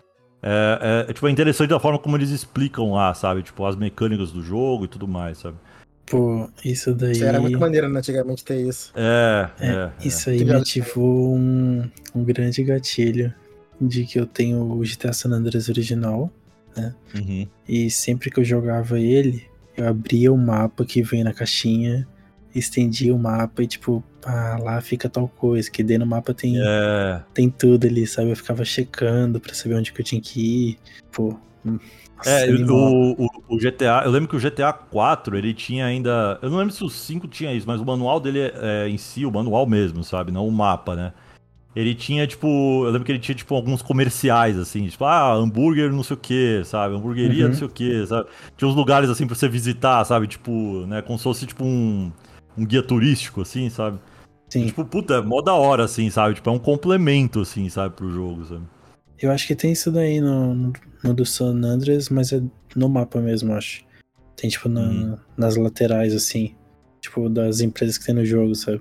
é, é, tipo, é interessante a forma como eles explicam lá, sabe? Tipo, as mecânicas do jogo e tudo mais, sabe? Pô, isso Isso era muito daí. maneiro, né, antigamente ter isso. É, É, é, é. isso aí Tu me joga- ativou um, um grande gatilho de que eu tenho o G T A San Andreas original, né? Uhum. E sempre que eu jogava ele, eu abria o mapa que vem na caixinha, estendia o mapa e tipo, ah, lá fica tal coisa, que dentro do mapa tem, É, tem tudo ali, sabe? Eu ficava checando pra saber onde que eu tinha que ir. Pô, hum, É, nossa, animal. o, o, o G T A, eu lembro que o G T A quatro, ele tinha ainda, eu não lembro se o cinco tinha isso, mas o manual dele é, em si, o manual mesmo, sabe, não o mapa, né? Ele tinha, tipo, eu lembro que ele tinha, tipo, alguns comerciais, assim, tipo, ah, hambúrguer não sei o que, sabe, hamburgueria não Uhum, sei o que, sabe? Tinha uns lugares, assim, pra você visitar, sabe, tipo, né, como se fosse, tipo, um, um guia turístico, assim, sabe? E, sim. tipo, puta, é mó da hora, assim, sabe? Tipo, é um complemento, assim, sabe, pro jogo, sabe? Eu acho que tem isso daí no, no, no do San Andreas, mas é no mapa mesmo, acho. Tem, tipo, Uhum. na, nas laterais, assim. Tipo, das empresas que tem no jogo, sabe?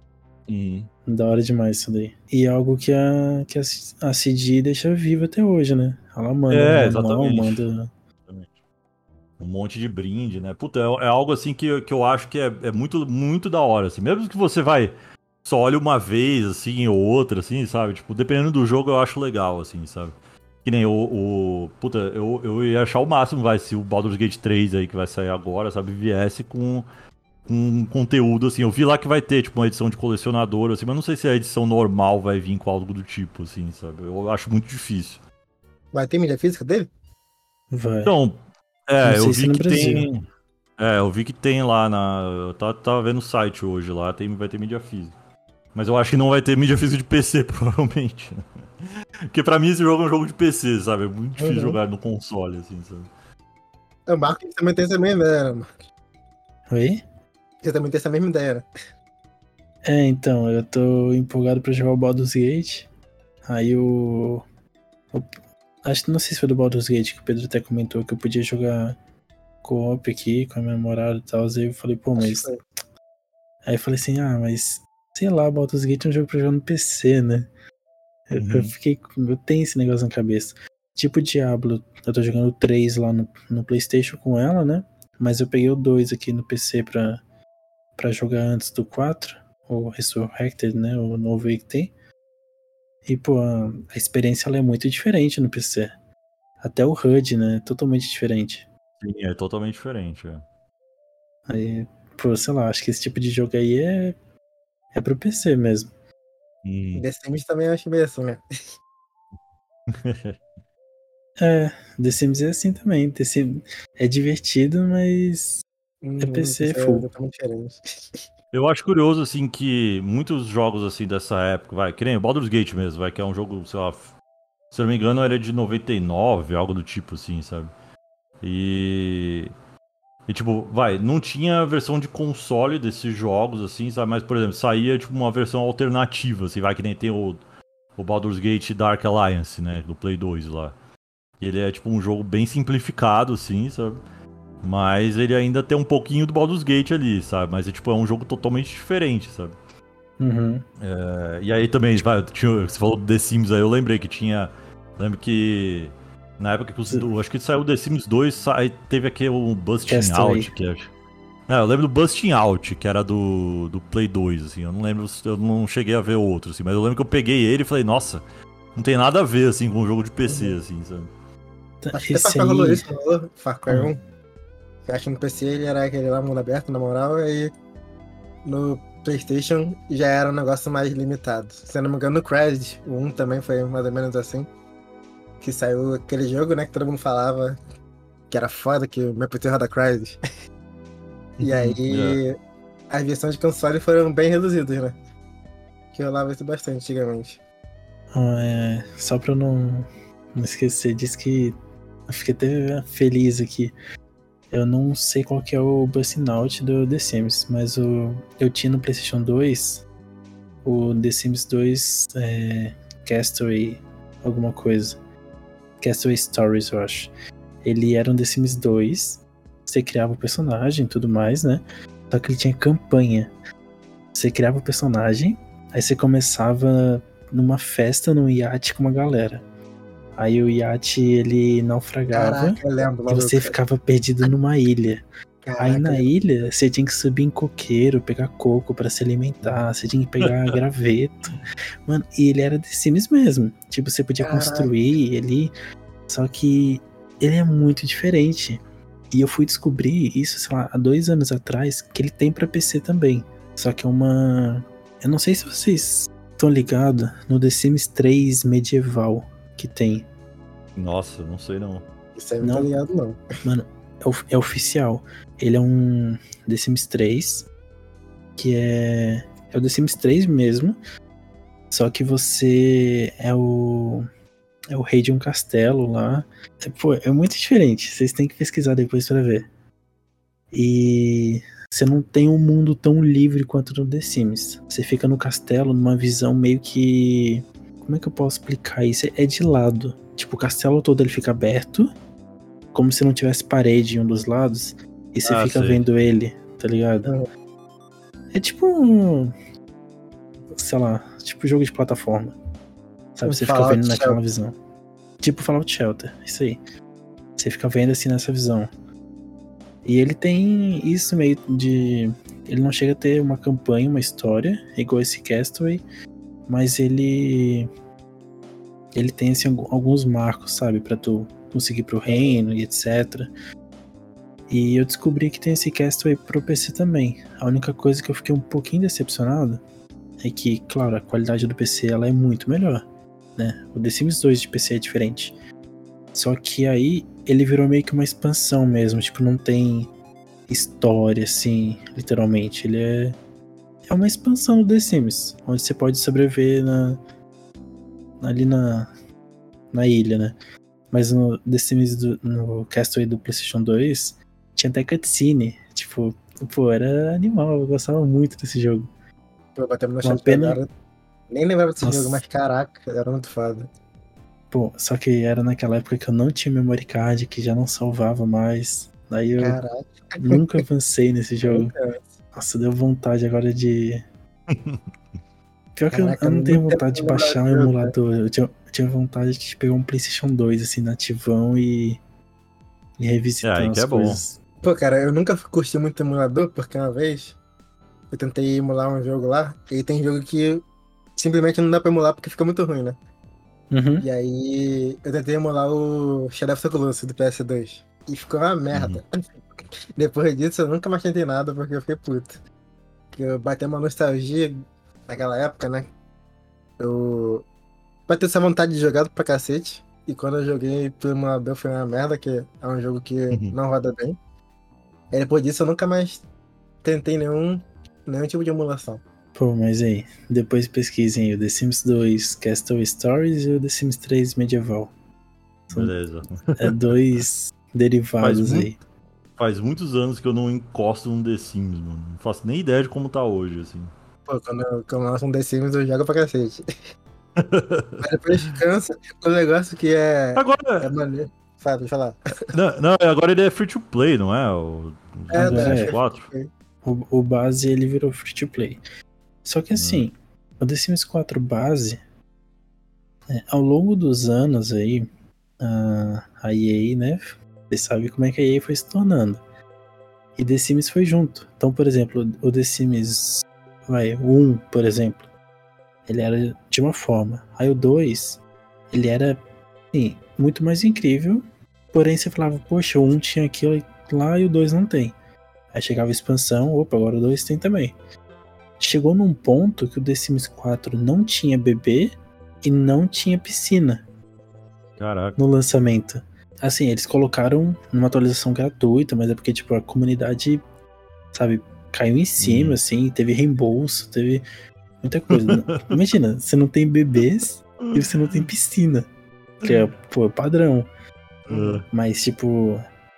Uhum. Da hora demais isso daí. E é algo que a, que a, a C D deixa viva até hoje, né? Ela manda no É, manual, exatamente. manda. Exatamente. Um monte de brinde, né? Puta, é, é algo assim que, eu- que eu acho que é, é muito, muito da hora, assim. Mesmo que você vai só olhe uma vez, assim, ou outra, assim, sabe? Tipo, dependendo do jogo, eu acho legal, assim, sabe? Que nem o. o puta, eu, eu ia achar o máximo, vai, se o Baldur's Gate três aí, que vai sair agora, sabe, viesse com, com um conteúdo, assim. Eu vi lá que vai ter, tipo, uma edição de colecionador, assim, mas não sei se a edição normal vai vir com algo do tipo, assim, sabe? Eu acho muito difícil. Vai ter mídia física dele? Vai. Então, Não é, eu sei se vi no que Brasil. tem. É, eu vi que tem lá na. Eu tava, tava vendo o site hoje lá, tem, vai ter mídia física. Mas eu acho que não vai ter mídia física de P C, provavelmente. Porque pra mim esse jogo é um jogo de P C, sabe? É muito difícil Uhum. jogar no console, assim, sabe? O Marcos também tem essa mesma ideia, né? Oi? Você também tem essa mesma ideia, né? É, então, eu tô empolgado pra jogar o Baldur's Gate. Aí o. o acho que não sei se foi do Baldur's Gate que o Pedro até comentou que eu podia jogar co-op aqui com a minha namorada e tal. Aí eu falei, pô, Acho que mas foi. Aí eu falei assim, ah, mas sei lá, Baldur's Gate é um jogo pra jogar no P C, né? Eu, Uhum. eu fiquei. Eu tenho esse negócio na cabeça. Tipo Diablo, eu tô jogando o três lá no, no PlayStation com ela, né? Mas eu peguei o dois aqui no P C pra, pra jogar antes do quatro, o Resurrected, né? O novo aí que tem. E, pô, a, a experiência ela é muito diferente no P C. Até o H U D, né? É totalmente diferente. Sim, é totalmente diferente. É. Aí, pô, sei lá, acho que esse tipo de jogo aí é, é pro P C mesmo. Hum. The Sims também eu acho meio assim, né? É, The Sims é assim também. The Sims é divertido, mas é Uhum, P C isso é full. totalmente diferente. Eu acho curioso, assim, que muitos jogos, assim, dessa época, vai, que nem o Baldur's Gate mesmo, vai, que é um jogo, sei lá, se eu não me engano, ele é de noventa e nove, algo do tipo, assim, sabe? E... E, tipo, vai, não tinha versão de console desses jogos, assim, sabe? Mas, por exemplo, saía, tipo, uma versão alternativa, assim, vai, que nem tem o, o Baldur's Gate Dark Alliance, né? Do Play dois lá. E ele é, tipo, um jogo bem simplificado, assim, sabe? Mas ele ainda tem um pouquinho do Baldur's Gate ali, sabe? Mas, é, tipo, é um jogo totalmente diferente, sabe? Uhum. É, e aí também, vai, tinha, você falou do The Sims aí, eu lembrei que tinha... Lembro que... Na época que os, do, acho que saiu o The Sims dois, sai, teve aquele um Busting Castaway. Out, que acho... É, eu lembro do Busting Out, que era do, do Play dois, assim, eu não lembro, eu não cheguei a ver outro, assim, mas eu lembro que eu peguei ele e falei, nossa, não tem nada a ver, assim, com o jogo de P C, Uhum. assim, sabe? Acho que até Far Esse Cry rolou aí. isso, não rolou? Far Cry Hum. um. Eu acho que no P C ele era aquele lá mundo aberto, na moral, e aí no PlayStation já era um negócio mais limitado. Se eu não me engano, no Crash, o um também foi mais ou menos assim. Que saiu aquele jogo, né, que todo mundo falava que era foda, que o meu P C roda Crash. E aí É. as versões de console foram bem reduzidas, né? Que rolava isso bastante antigamente. Ah, é, só pra eu não, não esquecer, diz que eu fiquei até feliz aqui. Eu não sei qual que é o Busting Out do The Sims, mas o, eu tinha no PlayStation dois o The Sims dois é, Castaway, alguma coisa. Castaway Stories, eu acho. Ele era um The Sims dois, você criava o personagem e tudo mais, né? Só que ele tinha campanha. Você criava o personagem, aí você começava numa festa num iate com uma galera. Aí o iate ele naufragava Caraca, eu lembro, e maluco. você ficava perdido numa ilha. Caraca, Aí eu na lembro. ilha você tinha que subir em coqueiro, pegar coco pra se alimentar, você tinha que pegar graveto. Mano, e ele era The Sims mesmo. Tipo, você podia Caraca. construir ele, só que ele é muito diferente. E eu fui descobrir isso, sei lá, há dois anos atrás, que ele tem pra P C também. Só que é uma... Eu não sei se vocês estão ligados no The Sims três medieval que tem. Nossa, não sei não. Isso aí eu não tô Não, ligado, não. mano, é, of- é oficial. Ele é um The Sims três, que é... É o The Sims três mesmo, só que você é o... É o rei de um castelo lá. É, pô, é muito diferente. Vocês têm que pesquisar depois pra ver. E você não tem um mundo tão livre quanto no The Sims. Você fica no castelo numa visão meio que... Como é que eu posso explicar isso? É de lado. Tipo, o castelo todo ele fica aberto, como se não tivesse parede em um dos lados, e você Ah, fica sei. vendo ele, tá ligado? Uhum. É tipo um... Sei lá, tipo jogo de plataforma. Sabe? Um Você fica Fallout vendo naquela Shelter. visão. Tipo Fallout Shelter, isso aí. Você fica vendo assim nessa visão. E ele tem isso meio de... Ele não chega a ter uma campanha, uma história, igual esse Castaway, mas ele... Ele tem assim, alguns marcos, sabe? Pra tu conseguir pro reino e etcétera. E eu descobri que tem esse Castaway pro P C também. A única coisa que eu fiquei um pouquinho decepcionado é que, claro, a qualidade do P C ela é muito melhor, né? O The Sims dois de P C é diferente. Só que aí ele virou meio que uma expansão mesmo, tipo, não tem história, assim, literalmente. Ele é, é uma expansão do The Sims, onde você pode sobreviver na, ali na, na ilha, né? Mas no The Sims, do, no Castaway do PlayStation dois, tinha até cutscene. Tipo, pô, era animal, eu gostava muito desse jogo. Pô, batendo no Uma chat pena... agora. Nem lembrava desse Nossa. jogo, mas caraca, era muito foda. Pô, só que era naquela época que eu não tinha memory card, que já não salvava mais. Daí eu Caraca. nunca avancei nesse jogo. Muito antes. Nossa, deu vontade agora de... Pior que eu, Caraca, eu não tenho nunca vontade de vi baixar um jogo, emulador. Eu tinha, eu tinha vontade de pegar um PlayStation dois, assim, nativão e, e É, revisitar aí que as é bom. coisas. Pô, cara, eu nunca curti muito emulador, porque uma vez eu tentei emular um jogo lá, e tem jogo que simplesmente não dá pra emular porque fica muito ruim, né? Uhum. E aí eu tentei emular o Shadow of the Colossus do P S dois. E ficou uma merda. Depois disso eu nunca mais tentei nada porque eu fiquei puto. Porque eu bateu uma nostalgia naquela época, né? Eu bateu essa vontade de jogar pra cacete. E quando eu joguei pelo emulador foi uma merda, que é um jogo que não roda bem. E depois disso eu nunca mais tentei nenhum, nenhum tipo de emulação. Pô, mas aí, depois pesquisem aí o The Sims dois Castle Stories e o The Sims três Medieval. São Beleza. é, dois derivados Faz aí. Faz muitos anos que eu não encosto num The Sims, mano. Não faço nem ideia de como tá hoje, assim. Pô, quando eu, quando eu lanço um The Sims eu jogo pra cacete. Mas depois cansa. O negócio que é, é Agora, maneiro. Fala, deixa eu falar. não, não, agora ele é free to play, não é? O, É, o da, Agora Sims é. quatro? O, o base ele virou free to play. Só que assim, o The Sims quatro base, é, ao longo dos anos aí, a, a E A, né? Você sabe como é que a E A foi se tornando. E The Sims foi junto. Então, por exemplo, o The Sims vai, o um, por exemplo, ele era de uma forma. Aí o dois, ele era, sim, muito mais incrível. Porém, você falava, poxa, o um tinha aquilo lá e o dois não tem. Aí chegava a expansão, opa, agora o dois tem também. Chegou num ponto que o The Sims quatro não tinha bebê e não tinha piscina Caraca. no lançamento. Assim, eles colocaram numa atualização gratuita, mas é porque, tipo, a comunidade, sabe, caiu em cima, Uhum. assim, teve reembolso, teve muita coisa. Imagina, você não tem bebês e você não tem piscina, que é, pô, padrão. Uh, Mas, tipo,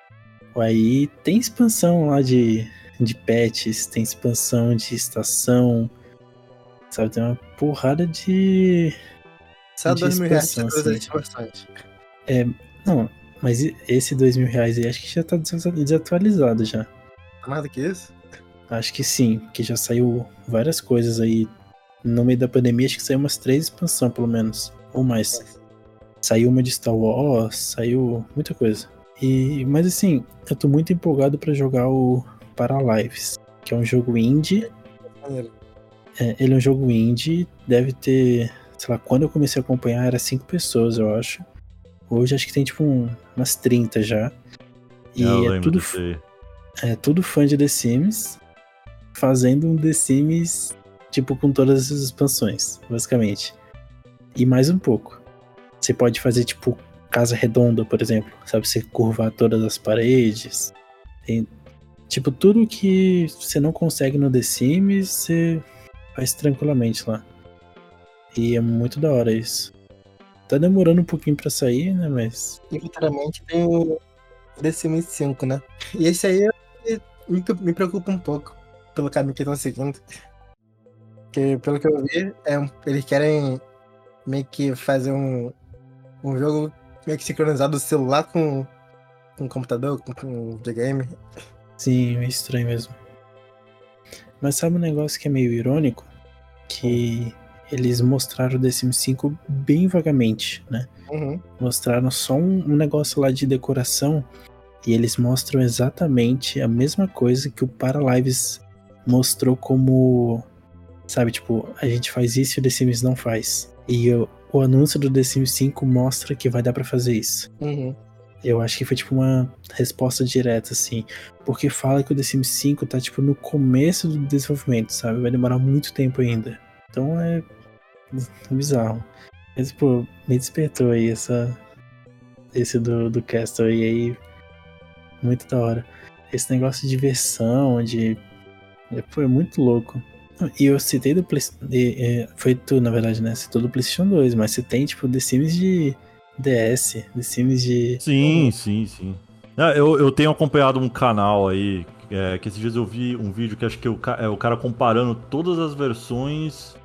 aí tem expansão lá de, de pets, tem expansão de estação, sabe, tem uma porrada de... Só de dois mil reais expansão, você usa assim. as expansões. É, não, mas esse dois mil reais aí acho que já tá desatualizado já. Mais do que isso? Acho que sim, porque já saiu várias coisas aí. No meio da pandemia, acho que saiu umas três expansões, pelo menos. Ou mais. Saiu uma de Star Wars, saiu muita coisa. E, mas assim, eu tô muito empolgado pra jogar o Paralives, que é um jogo indie. Maneiro. É, ele é um jogo indie, deve ter, sei lá, quando eu comecei a acompanhar era cinco pessoas, eu acho. Hoje acho que tem tipo um, umas trinta já. E eu é lembro tudo, desse aí. é tudo fã de The Sims, fazendo um The Sims, tipo, com todas as expansões, basicamente. E mais um pouco. Você pode fazer, tipo, casa redonda, por exemplo. Sabe, você curvar todas as paredes. Tem, tipo, tudo que você não consegue no The Sims, você faz tranquilamente lá. E é muito da hora isso. Tá demorando um pouquinho pra sair, né, mas... E futuramente tem o The Sims cinco, né? E esse aí me, me preocupa um pouco pelo caminho que estão seguindo. Porque, pelo que eu vi, é, um- eles querem meio que fazer um, um jogo meio que sincronizado do celular com, com o computador, com, com o videogame. Sim, é estranho mesmo. Mas sabe um negócio que é meio irônico? Que eles mostraram o The Sims cinco bem vagamente, né? Uhum. Mostraram só um, um negócio lá de decoração e eles mostram exatamente a mesma coisa que o Paralives mostrou como, sabe, tipo, a gente faz isso e o The Sims não faz. E o, o anúncio do The Sims cinco mostra que vai dar pra fazer isso. Uhum. Eu acho que foi tipo uma resposta direta, assim. Porque fala que o The Sims cinco tá tipo no começo do desenvolvimento, sabe? Vai demorar muito tempo ainda. Então é bizarro. Mas, pô, me despertou aí essa. Esse do, do Castle aí, aí. Muito da hora. Esse negócio de versão, de. Pô, é muito louco. E eu citei do PlayStation. Foi tu, na verdade, né? Citou do PlayStation dois, mas você tem, tipo, The Sims de D S, The Sims de. Sim, sim, sim. Ah, eu, eu tenho acompanhado um canal aí, é, que esses dias eu vi um vídeo que acho que o, ca- é o cara comparando todas as versões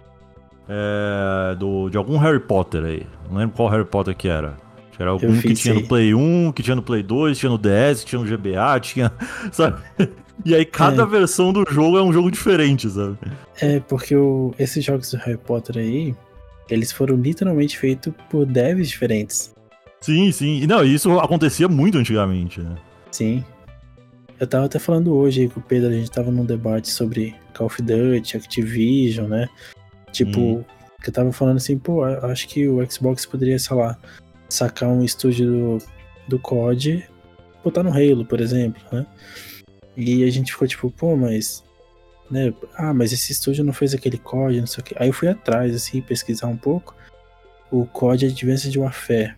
é, do, de algum Harry Potter aí. Não lembro qual Harry Potter que era. Acho que era algum vi que isso tinha aí. no Play um, que tinha no Play dois, tinha no D S, que tinha no G B A, tinha. Sabe? E aí cada É. versão do jogo é um jogo diferente, sabe? É, porque o, esses jogos do Harry Potter aí, eles foram literalmente feitos por devs diferentes. Sim, sim. E não, isso acontecia muito antigamente, né? Sim. Eu tava até falando hoje aí com o Pedro, a gente tava num debate sobre Call of Duty, Activision, né? Tipo, Uhum. que eu tava falando assim, pô, acho que o Xbox poderia, sei lá, sacar um estúdio do, do C O D, botar no Halo, por exemplo, né? E a gente ficou tipo, pô, mas... né? Ah, mas esse estúdio não fez aquele C O D, não sei o que. Aí eu fui atrás, assim, pesquisar um pouco. O C O D Advanced Warfare,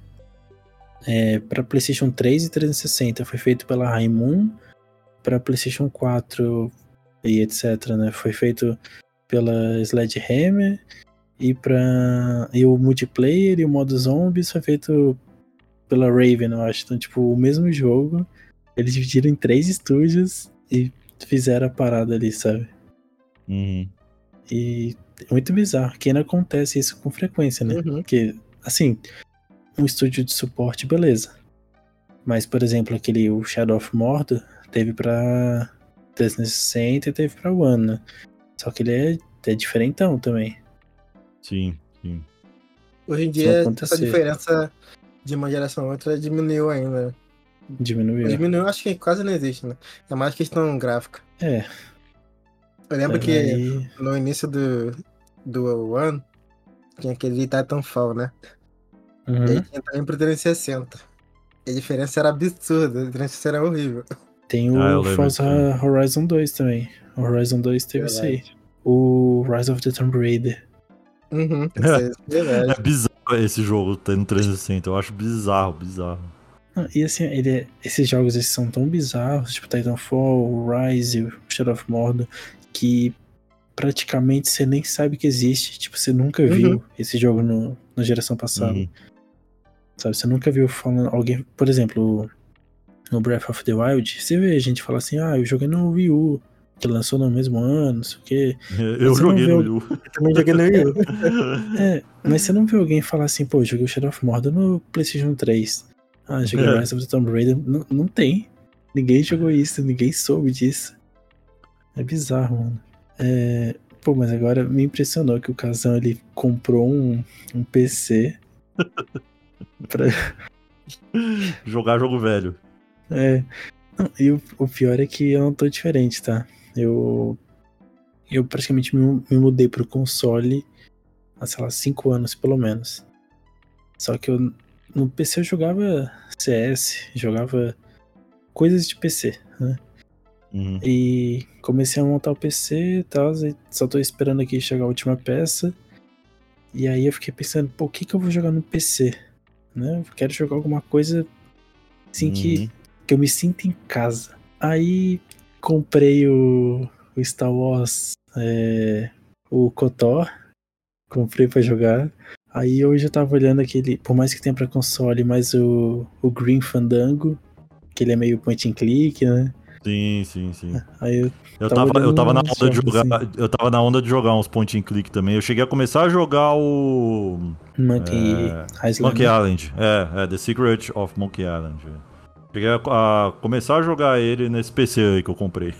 é, para PlayStation três e trezentos e sessenta, foi feito pela Raimun. Para PlayStation quatro e etc, né? Foi feito pela Sledgehammer. E para e o multiplayer e o modo zombies foi feito pela Raven, eu acho. Então, tipo, o mesmo jogo, eles dividiram em três estúdios e fizeram a parada ali, sabe? Uhum. E é muito bizarro, que ainda acontece isso com frequência, né? Uhum. Porque, assim, um estúdio de suporte, beleza. Mas, por exemplo, aquele o Shadow of Mordor teve pra trezentos e sessenta e teve pra One, né? Só que ele é, é diferentão também. Sim, sim. Hoje em Isso vai dia, essa acontecer. diferença de uma geração a outra diminuiu ainda. Ou Diminuiu. diminuiu, acho que quase não existe, né? É mais questão gráfica. É, Eu lembro mas que aí. no início do, do One, tinha aquele Titanfall, né? E aí Uhum. tinha também pro trezentos e sessenta. E a diferença era absurda, a diferença era horrível. Tem Ah, eu o lembro disso aí. Forza Horizon dois também. O Horizon dois teve isso aí. Verdade. O Rise of the Tomb Raider. Uhum, isso aí é verdade. É bizarro esse jogo tendo trezentos e sessenta. Eu acho bizarro, bizarro. Ah, e assim, ele é- esses jogos esses são tão bizarros, tipo Titanfall, o Rise, o Shadow of Mordor, que praticamente você nem sabe que existe. Tipo, você nunca Uhum. viu esse jogo no, na geração passada. Uhum. Sabe, você nunca viu falando alguém, por exemplo, no Breath of the Wild, você vê gente falar assim, ah, eu joguei no Wii U, que lançou no mesmo ano, não sei o quê. Eu Mas você não joguei vê, no al- Wii U. Eu também joguei no Wii U. é, mas você não vê alguém falar assim, pô, eu joguei o Shadow of Mordor no PlayStation três. Ah, joguei É. Rise of the Tomb Raider. Não, não tem. Ninguém jogou isso, ninguém soube disso. É bizarro, mano. É, pô, mas agora me impressionou que o Kazan, ele comprou um, um P C pra... Jogar jogo velho. É, não, e o, o pior é que eu não tô diferente, tá? Eu, eu praticamente me, me mudei pro console há, sei lá, cinco anos pelo menos. Só que eu, no P C eu jogava C S, jogava coisas de P C, né? Uhum. E comecei a montar o P C e tal, e só tô esperando aqui chegar a última peça. E aí eu fiquei pensando, pô, o que que eu vou jogar no P C? Né? Eu quero jogar alguma coisa assim que, Uhum. que eu me sinta em casa. Aí comprei o, o Star Wars, é, o KOTOR, comprei pra jogar. Aí hoje eu tava olhando aquele, por mais que tenha pra console, mas o, o Green Fandango, que ele é meio point and click, né? Sim, sim, sim. Aí eu Eu tava tava, eu olhando tava na uns onda de jogos jogar. assim. Eu tava na onda de jogar uns point and click também. Eu cheguei a começar a jogar o. Monkey É, Island, Monkey né? Island. É, é, The Secret of Monkey Island. Cheguei a, a começar a jogar ele nesse P C aí que eu comprei.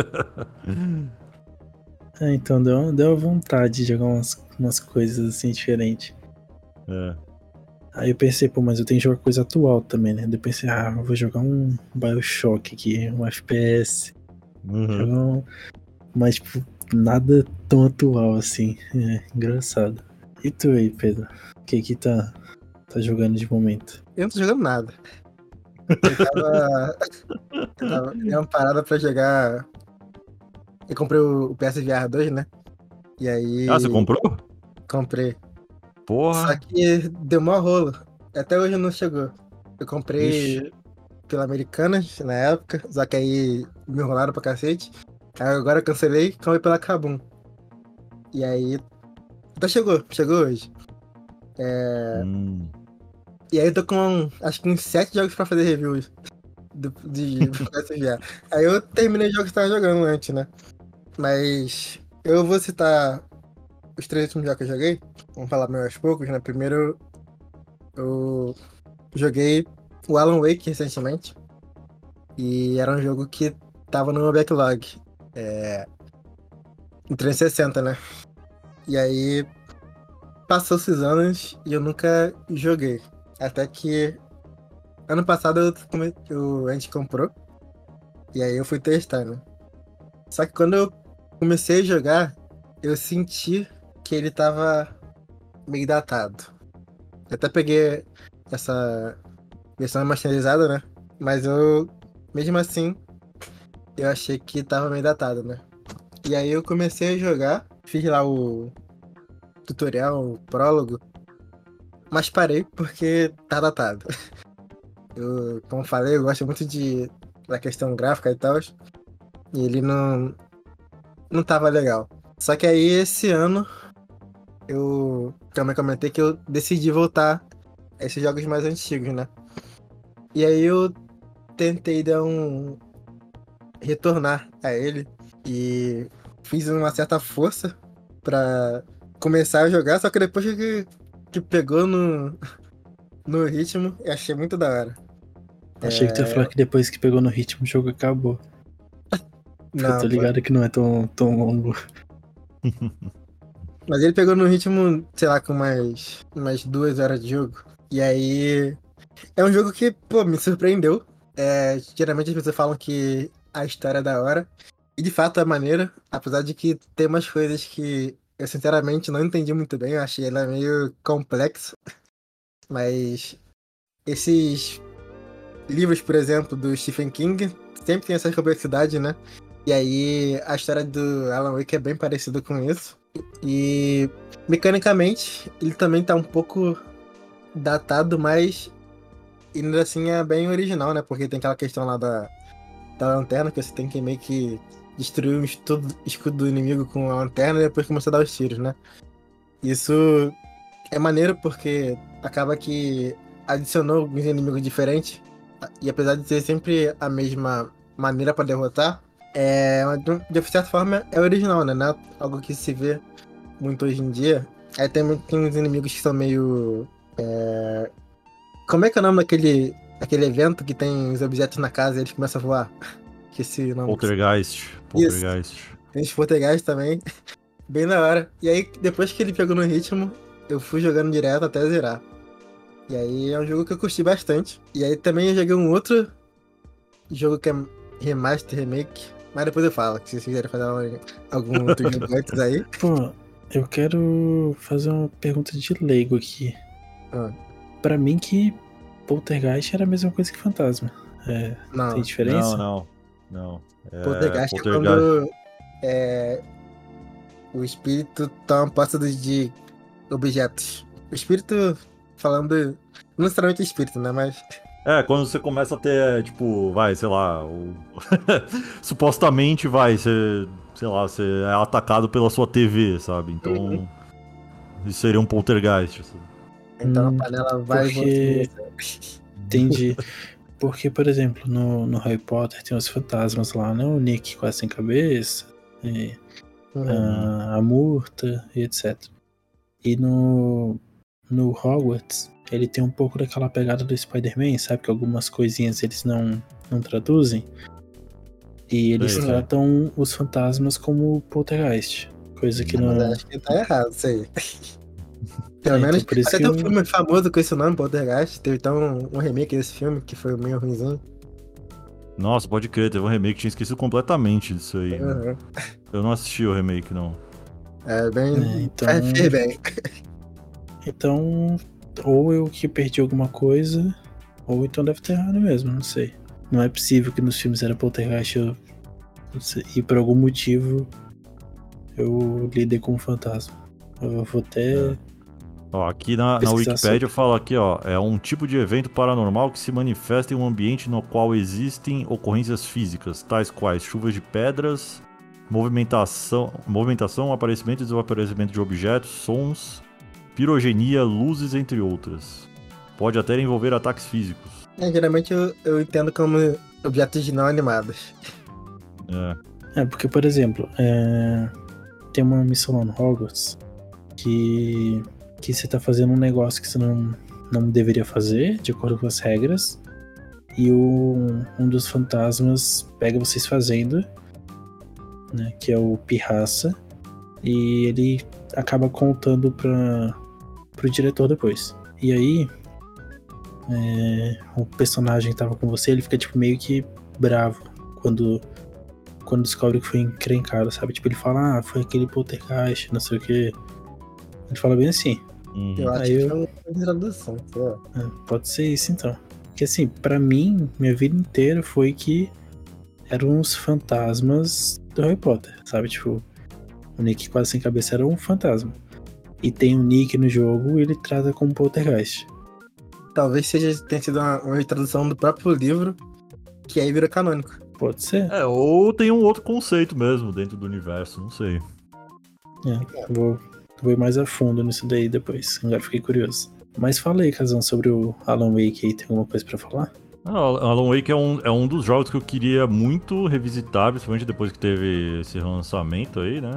É, então deu, deu vontade de jogar umas, umas coisas assim diferentes. É. Aí eu pensei, pô, mas eu tenho que jogar coisa atual também, né? Daí eu pensei, ah, eu vou jogar um BioShock aqui, um F P S. Uhum. Jogar um... Mas, tipo, nada tão atual assim. É, engraçado. E tu aí, Pedro? O que que tá, tá jogando de momento? Eu não tô jogando nada. Eu tava. Eu tava. Dei uma parada pra jogar. Eu comprei o P S V R dois, né? E Ah, você aí. comprou? Comprei. Só Porra. que deu mó rolo. Até hoje não chegou. Eu Vixe. comprei pela Americanas na época, só que aí me enrolaram pra cacete. Aí agora eu cancelei e comprei pela Kabum. E aí. Então chegou, chegou hoje. Hum. E aí eu tô com acho que uns sete jogos pra fazer reviews do, de P S V R. Aí eu terminei os jogos que eu tava jogando antes, né? Mas eu vou citar os três últimos jogos que eu joguei. Vamos falar meio aos poucos, né? Primeiro eu joguei o Alan Wake recentemente. E era um jogo que tava no meu backlog. É, em trezentos e sessenta, né? E aí, passou esses anos e eu nunca joguei. Até que, ano passado, eu, come- eu- a gente comprou. E aí eu fui testar, né? Só que quando eu comecei a jogar, eu senti que ele tava meio datado. Eu até peguei essa versão remasterizada, né? Mas eu, mesmo assim, eu achei que tava meio datado, né? E aí eu comecei a jogar, fiz lá o tutorial, o prólogo, mas parei porque tá datado. Eu, como falei, eu gosto muito de da questão gráfica e tal, e ele não, não tava legal. Só que aí esse ano eu também comentei que eu decidi voltar a esses jogos mais antigos, né? E aí eu tentei dar um retornar a ele e fiz uma certa força pra começar a jogar, só que depois que, que pegou no, no ritmo, eu achei muito da hora. Achei que tu ia É, falar que depois que pegou no ritmo o jogo acabou. Porque eu tô não, pô. ligado que não é tão, tão longo. Mas ele pegou no ritmo, sei lá, com umas, umas duas horas de jogo. E aí. É um jogo que, pô, me surpreendeu. É, geralmente as pessoas falam que a história é da hora. E de fato é maneira. Apesar de que tem umas coisas que eu sinceramente não entendi muito bem. Eu achei ela meio complexo. Mas esses livros, por exemplo, do Stephen King, sempre tem essa complexidade, né? E aí a história do Alan Wake é bem parecida com isso. E mecanicamente ele também tá um pouco datado, mas ainda assim é bem original, né? Porque tem aquela questão lá da, da lanterna que você tem que meio que destruir um escudo, escudo do inimigo com a lanterna e depois começar a dar os tiros, né? Isso é maneiro porque acaba que adicionou alguns inimigos diferentes e apesar de ser sempre a mesma maneira pra derrotar, é, de certa forma é original, né? Não é algo que se vê muito hoje em dia. Aí tem, tem uns inimigos que são meio. é, Como é que é o nome daquele, daquele evento que tem os objetos na casa e eles começam a voar? Esqueci o nome. Poltergeist. Isso. Poltergeist. Tem os portugueses também. Bem da hora. E aí, depois que ele pegou no ritmo, eu fui jogando direto até zerar. E aí é um jogo que eu curti bastante. E aí também eu joguei um outro jogo que é remaster, remake. Mas depois eu falo, que se vocês quiserem fazer uma- algum outro jogo antes aí. Pô, eu quero fazer uma pergunta de leigo aqui. Ah, Pra mim que Poltergeist era a mesma coisa que Fantasma. É, não, tem diferença? Não, não. Não. É, Poltergeist é Poltergeist. quando é, o espírito toma posse de de objetos. O espírito, falando, não necessariamente espírito, né? Mas É, quando você começa a ter, tipo, vai, sei lá, o... supostamente vai, você, sei lá, você é atacado pela sua T V, sabe? Então, Uhum. isso seria um poltergeist. Assim. então Hum, a panela vai e volta porque- com você. Entendi. Porque, por exemplo, no, no Harry Potter tem os fantasmas lá, né? O Nick quase sem cabeça, e Uhum. a, a Murta e etcétera. E no, no Hogwarts, ele tem um pouco daquela pegada do Spider-Man, sabe? Que algumas coisinhas eles não, não traduzem. E eles Sei, sei. tratam os fantasmas como poltergeist. Coisa que Mas não. acho que tá errado isso aí. Pelo É, então menos, por isso até que tem um eu- filme famoso com esse nome, Poltergeist. Teve até um, um remake desse filme, que foi meio ruimzinho. Nossa, pode crer, teve um remake, tinha esquecido completamente disso aí. mano. Uhum. Eu não assisti o remake, não. É bem. É, então- fez- fez bem. Então, ou eu que perdi alguma coisa, ou então deve ter errado mesmo, não sei. Não é possível que nos filmes era poltergeist eu, não sei, e por algum motivo eu lidei com um fantasma. Eu vou até. É. Ó, aqui na, na Pesquisar Wikipédia sobre. fala aqui, ó, é um tipo de evento paranormal que se manifesta em um ambiente no qual existem ocorrências físicas, tais quais chuvas de pedras, movimentação, movimentação, aparecimento e desaparecimento de objetos, sons, pirogenia, luzes, entre outras. Pode até envolver ataques físicos. É, geralmente eu, eu entendo como objetos não animados. É, É, porque, por exemplo, é, tem uma missão lá no Hogwarts que, que você tá fazendo um negócio que você não, não deveria fazer, de acordo com as regras, e o, um dos fantasmas pega vocês fazendo, né, que é o Pirraça, e ele acaba contando para pro diretor depois. E aí, é, o personagem que tava com você, ele fica tipo meio que bravo quando, quando descobre que foi encrencado, sabe? Tipo, ele fala, ah, foi aquele poltergeist, não sei o que. Ele fala bem assim. Uhum. Eu acho Aí que eu- foi uma tradução, sei lá. É, pode ser isso então. Porque assim, pra mim, minha vida inteira foi que eram uns fantasmas do Harry Potter, sabe? Tipo, o Nick quase sem cabeça era um fantasma. E tem o Nick no jogo e ele trata como poltergeist. Talvez seja, tenha sido uma, uma tradução do próprio livro, que aí vira canônico. Pode ser? É, ou tem um outro conceito mesmo dentro do universo, não sei. É, vou, vou ir mais a fundo nisso daí depois. Agora fiquei curioso. Mas fala aí, Kazan, sobre o Alan Wake aí. Tem alguma coisa pra falar? Ah, Alan Wake é um, é um dos jogos que eu queria muito revisitar, principalmente depois que teve esse lançamento aí, né?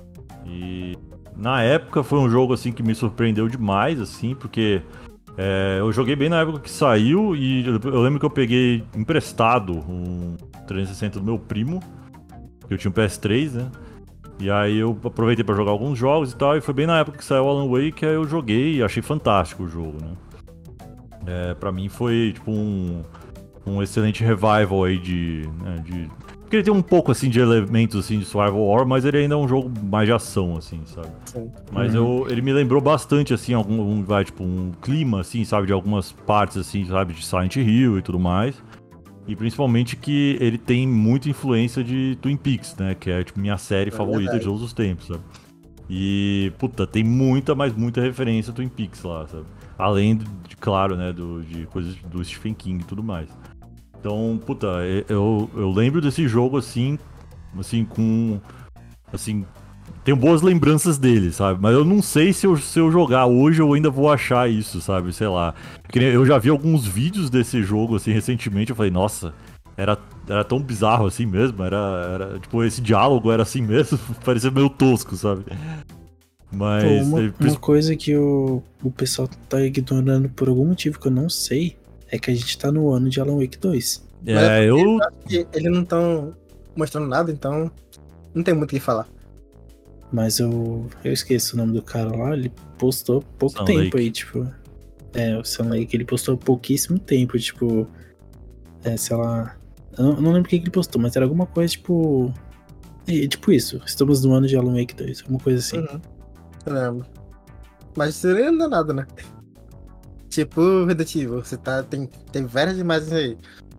E na época foi um jogo assim que me surpreendeu demais, assim, porque é, eu joguei bem na época que saiu e eu, eu lembro que eu peguei emprestado um trezentos e sessenta do meu primo, que eu tinha um P S três, né? E aí eu aproveitei pra jogar alguns jogos e tal, e foi bem na época que saiu o Alan Wake, aí eu joguei e achei fantástico o jogo, né? É, pra mim foi tipo um, um excelente revival aí de, né, de... Porque ele tem um pouco assim de elementos assim, de survival horror, mas ele ainda é um jogo mais de ação, assim, sabe? Sim. Mas Uhum. eu, ele me lembrou bastante, assim, algum, um, vai, tipo, um clima, assim, sabe? De algumas partes, assim, sabe? De Silent Hill e tudo mais. E principalmente que ele tem muita influência de Twin Peaks, né? Que é, tipo, minha série É favorita verdade. de todos os tempos, sabe? E, puta, tem muita, mas muita referência a Twin Peaks lá, sabe? Além, de, de, claro, né? Do, de coisas do Stephen King e tudo mais. Então, puta, eu, eu lembro desse jogo, assim, assim, com... Assim, tenho boas lembranças dele, sabe? Mas eu não sei se eu, se eu jogar hoje eu ainda vou achar isso, sabe? Sei lá. Porque eu já vi alguns vídeos desse jogo, assim, recentemente. Eu falei, nossa, era, era tão bizarro assim mesmo. Era, era, tipo, esse diálogo era assim mesmo. Parecia meio tosco, sabe? Pô, Mas... uma, ele- uma coisa que o, o pessoal tá ignorando por algum motivo que eu não sei é que a gente tá no ano de Alan Wake dois. é, eu... E eles não estão mostrando nada, então não tem muito o que falar. Mas eu, eu esqueço o nome do cara lá, ele postou pouco Sam tempo Lake. aí, tipo. É, o Sam Lake, ele postou pouquíssimo tempo, tipo. É, sei lá. Eu não, eu não lembro o que que ele postou, mas era alguma coisa tipo. É, tipo isso, estamos no ano de Alan Wake dois, alguma coisa assim. Uhum. Eu lembro. Mas isso aí não dá nada, né? Tipo, Resident Evil, você tá. Tem, tem várias imagens aí.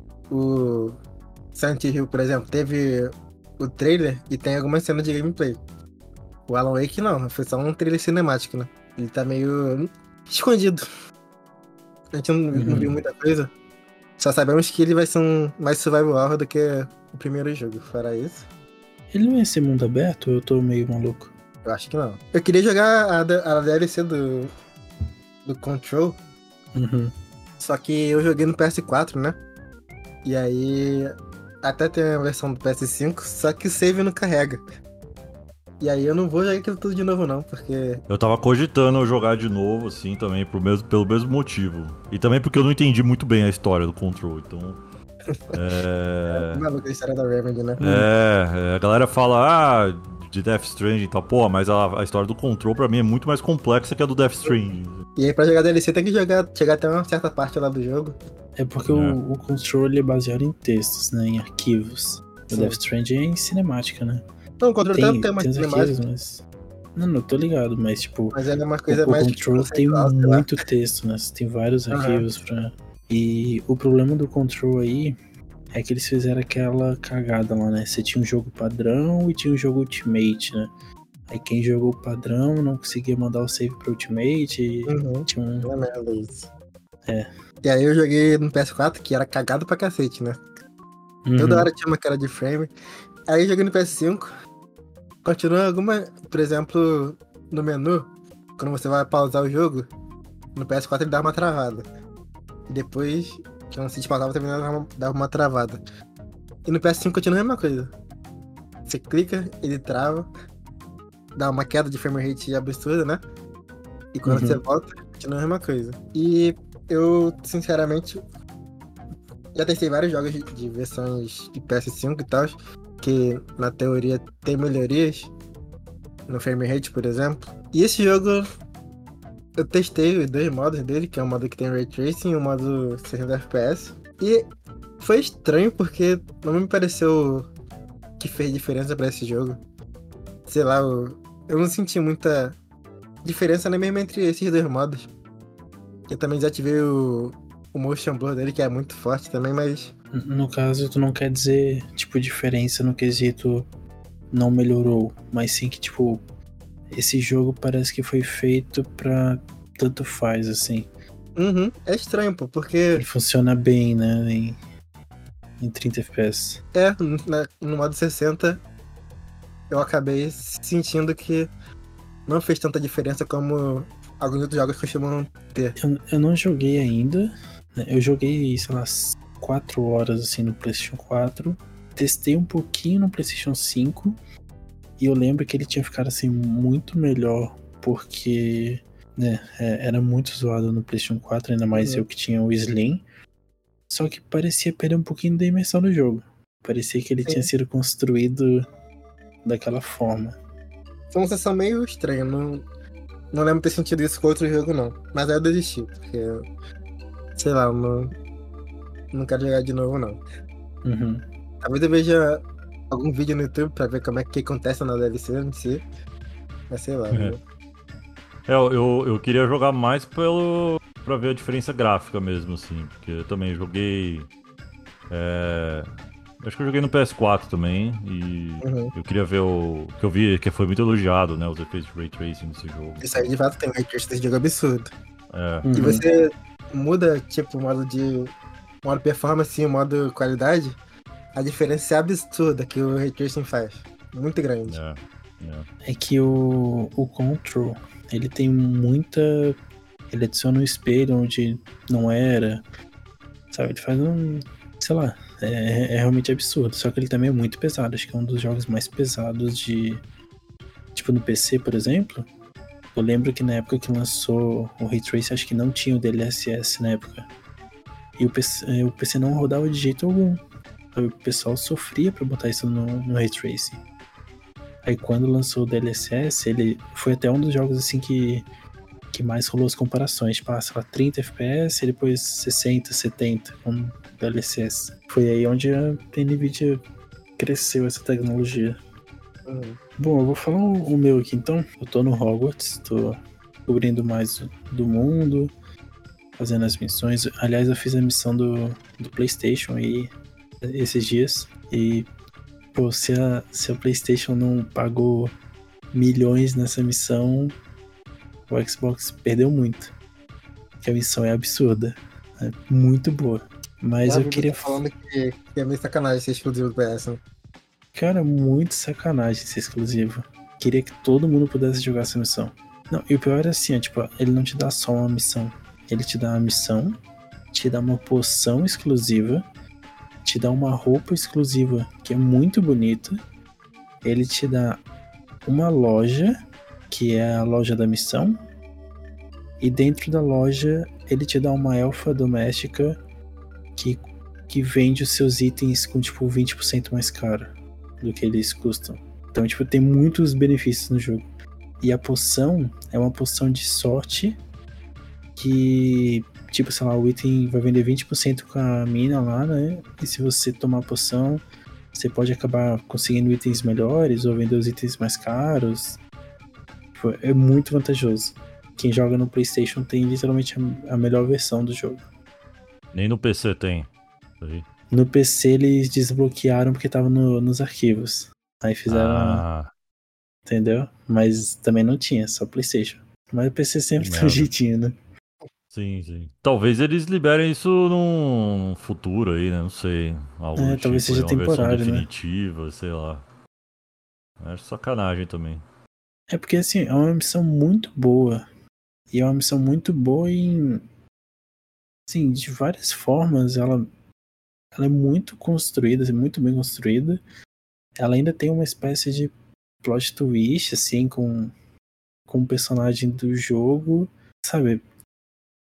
O Silent Hill, por exemplo, teve o trailer e tem algumas cenas de gameplay. O Alan Wake não, foi só um trailer cinemático, né? Ele tá meio escondido. A gente não, não Uhum. viu muita coisa. Só sabemos que ele vai ser um mais survival horror do que o primeiro jogo. Fora isso, Ele não ia ser mundo aberto ou eu tô meio maluco? eu acho que não. Eu queria jogar a, D- a D L C do, do Control, Uhum. só que eu joguei no P S quatro, né? E aí até tem a versão do P S cinco, só que o save não carrega. E aí eu não vou jogar aquilo tudo de novo não, porque Eu tava cogitando eu jogar de novo, assim, também, pro mesmo, pelo mesmo motivo. E também porque eu não entendi muito bem a história do Control, então... É... é maluco a história da Remedy, né? É, é, a galera fala, ah, de Death Stranding e tal, pô, mas a, a história do Control pra mim é muito mais complexa que a do Death Stranding. E aí pra jogar D L C tem que jogar, chegar até uma certa parte lá do jogo. É porque É. o, o Control ele é baseado em textos, né? Em arquivos. O Sim. Death Stranding é em cinemática, né? Não, o controle Tem, tem, tem uma tem os cinemática, arquivos, mas. Não, não, tô ligado, mas tipo. mas ela é uma O, coisa o mais Control tem conceitual, sei lá. muito texto, né? Você tem vários Aham. arquivos pra. E o problema do Control aí é que eles fizeram aquela cagada lá, né? Você tinha um jogo padrão e tinha um jogo Ultimate, né? Aí quem jogou o padrão não conseguia mandar o save pro Ultimate. E Uhum. tinha um. Não é merda isso. É. E aí eu joguei no P S quatro, que era cagado pra cacete, né? Uhum. Toda hora tinha uma cara de frame. Aí eu joguei no P S cinco. Continua alguma. Por exemplo, no menu, quando você vai pausar o jogo, no P S quatro ele dá uma travada. E depois, quando você pausava, também dava uma, dava uma travada. E no P S cinco continua a mesma coisa. Você clica, ele trava, dá uma queda de frame rate absurda, né? E quando Uhum. você volta, continua a mesma coisa. E eu, sinceramente, Já testei vários jogos de, de versões de P S cinco e tal, que na teoria tem melhorias no frame rate, por exemplo. E esse jogo eu testei os dois modos dele, que é o modo que tem Ray Tracing e o modo sessenta F P S. E foi estranho porque não me pareceu que fez diferença pra esse jogo. Sei lá, eu, eu não senti muita diferença nem mesmo entre esses dois modos. Eu também desativei o, o Motion Blur dele, que é muito forte também, mas... No caso, tu não quer dizer, tipo, diferença no quesito não melhorou, mas sim que, tipo, esse jogo parece que foi feito pra tanto faz, assim. Uhum, é estranho, pô, porque... Ele funciona bem, né, em, em trinta F P S. É, na, no modo sessenta, eu acabei sentindo que não fez tanta diferença como alguns outros jogos costumam ter. Eu, eu não joguei ainda, né? Eu joguei, sei lá, quatro horas, assim, no PlayStation quatro. Testei um pouquinho no PlayStation cinco. E eu lembro que ele tinha ficado, assim, muito melhor, porque, né, é, era muito zoado no PlayStation quatro, ainda mais Uhum. eu que tinha o Slim. Só que parecia perder um pouquinho da imersão do jogo. Parecia que ele Sim. tinha sido construído daquela forma. Foi uma sensação meio estranha, não, não lembro ter sentido isso com outro jogo, não. Mas aí eu desisti, porque, sei lá, eu não, não quero jogar de novo, não. Uhum. Talvez eu veja algum vídeo no YouTube pra ver como é que acontece na D L C em si. Mas sei lá. É. Né? É, eu, eu queria jogar mais pelo pra ver a diferença gráfica mesmo, assim. Porque eu também joguei. É, acho que eu joguei no P S quatro também. E Uhum. eu queria ver o. Que eu vi que foi muito elogiado, né? Os efeitos de Ray Tracing nesse jogo. Isso aí de fato tem um Ray Tracing desse jogo absurdo. É. Uhum. E você muda, tipo, o modo de. modo performance e o modo qualidade, a diferença é absurda que o Ray Tracing faz. Muito grande. É, é. É que o, o Control, ele tem muita... Ele adiciona um espelho onde não era, sabe? Ele faz um... sei lá, é, é realmente absurdo. Só que ele também é muito pesado. Acho que é um dos jogos mais pesados de... Tipo, no P C, por exemplo. Eu lembro que na época que lançou o Ray Tracing, acho que não tinha o D L S S na época. E o P C, o P C não rodava de jeito algum. O pessoal sofria pra botar isso no, no Ray Tracing. Aí quando lançou o D L S S, ele foi até um dos jogos assim que, que mais rolou as comparações. Tipo, sei lá, trinta F P S e depois sessenta, setenta com o D L S S. Foi aí onde a Nvidia cresceu essa tecnologia. Uhum. Bom, eu vou falar o, o meu aqui então. Eu tô no Hogwarts, tô cobrindo mais do mundo, fazendo as missões. Aliás, eu fiz a missão do, do PlayStation aí esses dias. E, pô, se a, se a PlayStation não pagou milhões nessa missão, o Xbox perdeu muito. Porque a missão é absurda. É muito boa. Mas Já eu vi queria. você falando que, que é meio sacanagem ser exclusivo do P S. Né? Cara, muito sacanagem ser exclusivo. Queria que todo mundo pudesse jogar essa missão. Não, e o pior é assim, é, tipo, ele não te dá só uma missão. Ele te dá uma missão, te dá uma poção exclusiva, te dá uma roupa exclusiva que é muito bonita. Ele te dá uma loja, que é a loja da missão. E dentro da loja, ele te dá uma elfa doméstica que, que vende os seus itens com, tipo, vinte por cento mais caro do que eles custam. Então, tipo, tem muitos benefícios no jogo. E a poção é uma poção de sorte que, tipo, sei lá, o item vai vender vinte por cento com a mina lá, né? E se você tomar a poção, você pode acabar conseguindo itens melhores ou vender os itens mais caros. Tipo, é muito vantajoso. Quem joga no PlayStation tem literalmente a melhor versão do jogo. Nem no P C tem. Aí. No P C eles desbloquearam porque tava no, nos arquivos. Aí fizeram, Ah, entendeu? Mas também não tinha, só PlayStation. Mas o P C sempre que tem um merda. jeitinho, né? Sim, sim. Talvez eles liberem isso num futuro aí, né? Não sei. Algo É, do talvez tipo, seja aí, uma versão temporário, né? definitiva, sei lá. Acho sacanagem também. É porque, assim, é uma missão muito boa. E é uma missão muito boa em... Assim, de várias formas. Ela, ela é muito construída, assim, muito bem construída. Ela ainda tem uma espécie de plot twist, assim, com, com o personagem do jogo. Sabe?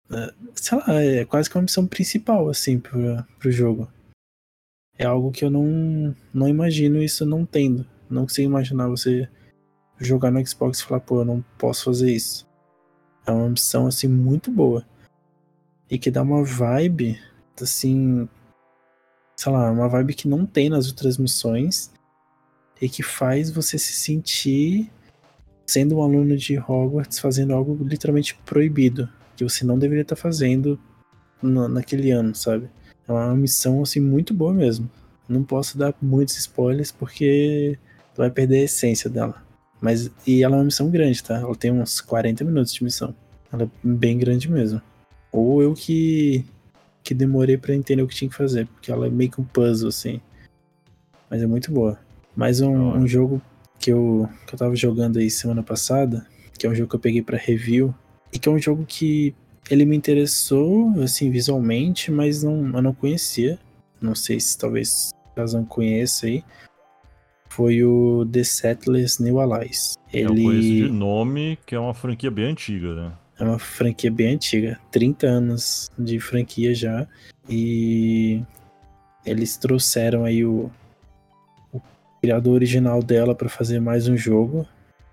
sei lá, é quase que uma missão principal, assim, pro, pro jogo. É algo que eu não, não imagino isso não tendo. Não consigo imaginar você jogar no Xbox e falar, pô, eu não posso fazer isso. É uma missão, assim, muito boa. E que dá uma vibe, assim, sei lá, uma vibe que não tem nas outras missões e que faz você se sentir sendo um aluno de Hogwarts fazendo algo literalmente proibido, que você não deveria estar fazendo no, naquele ano, sabe? É uma missão, assim, muito boa mesmo. Não posso dar muitos spoilers porque tu vai perder a essência dela. Mas, e ela é uma missão grande, tá? Ela tem uns quarenta minutos de missão. Ela é bem grande mesmo. Ou eu que, que demorei pra entender o que tinha que fazer, porque ela é meio que um puzzle, assim. Mas é muito boa. Mais um, um jogo que eu, que eu tava jogando aí semana passada, que é um jogo que eu peguei pra review, e que é um jogo que ele me interessou, assim, visualmente, mas não, eu não conhecia. Não sei se talvez caso não conheça aí. Foi o The Settlers New Allies. Ele... Eu conheço de Ele nome, que é uma franquia bem antiga, né? é uma franquia bem antiga, trinta anos de franquia já, e eles trouxeram aí o, o criador original dela para fazer mais um jogo,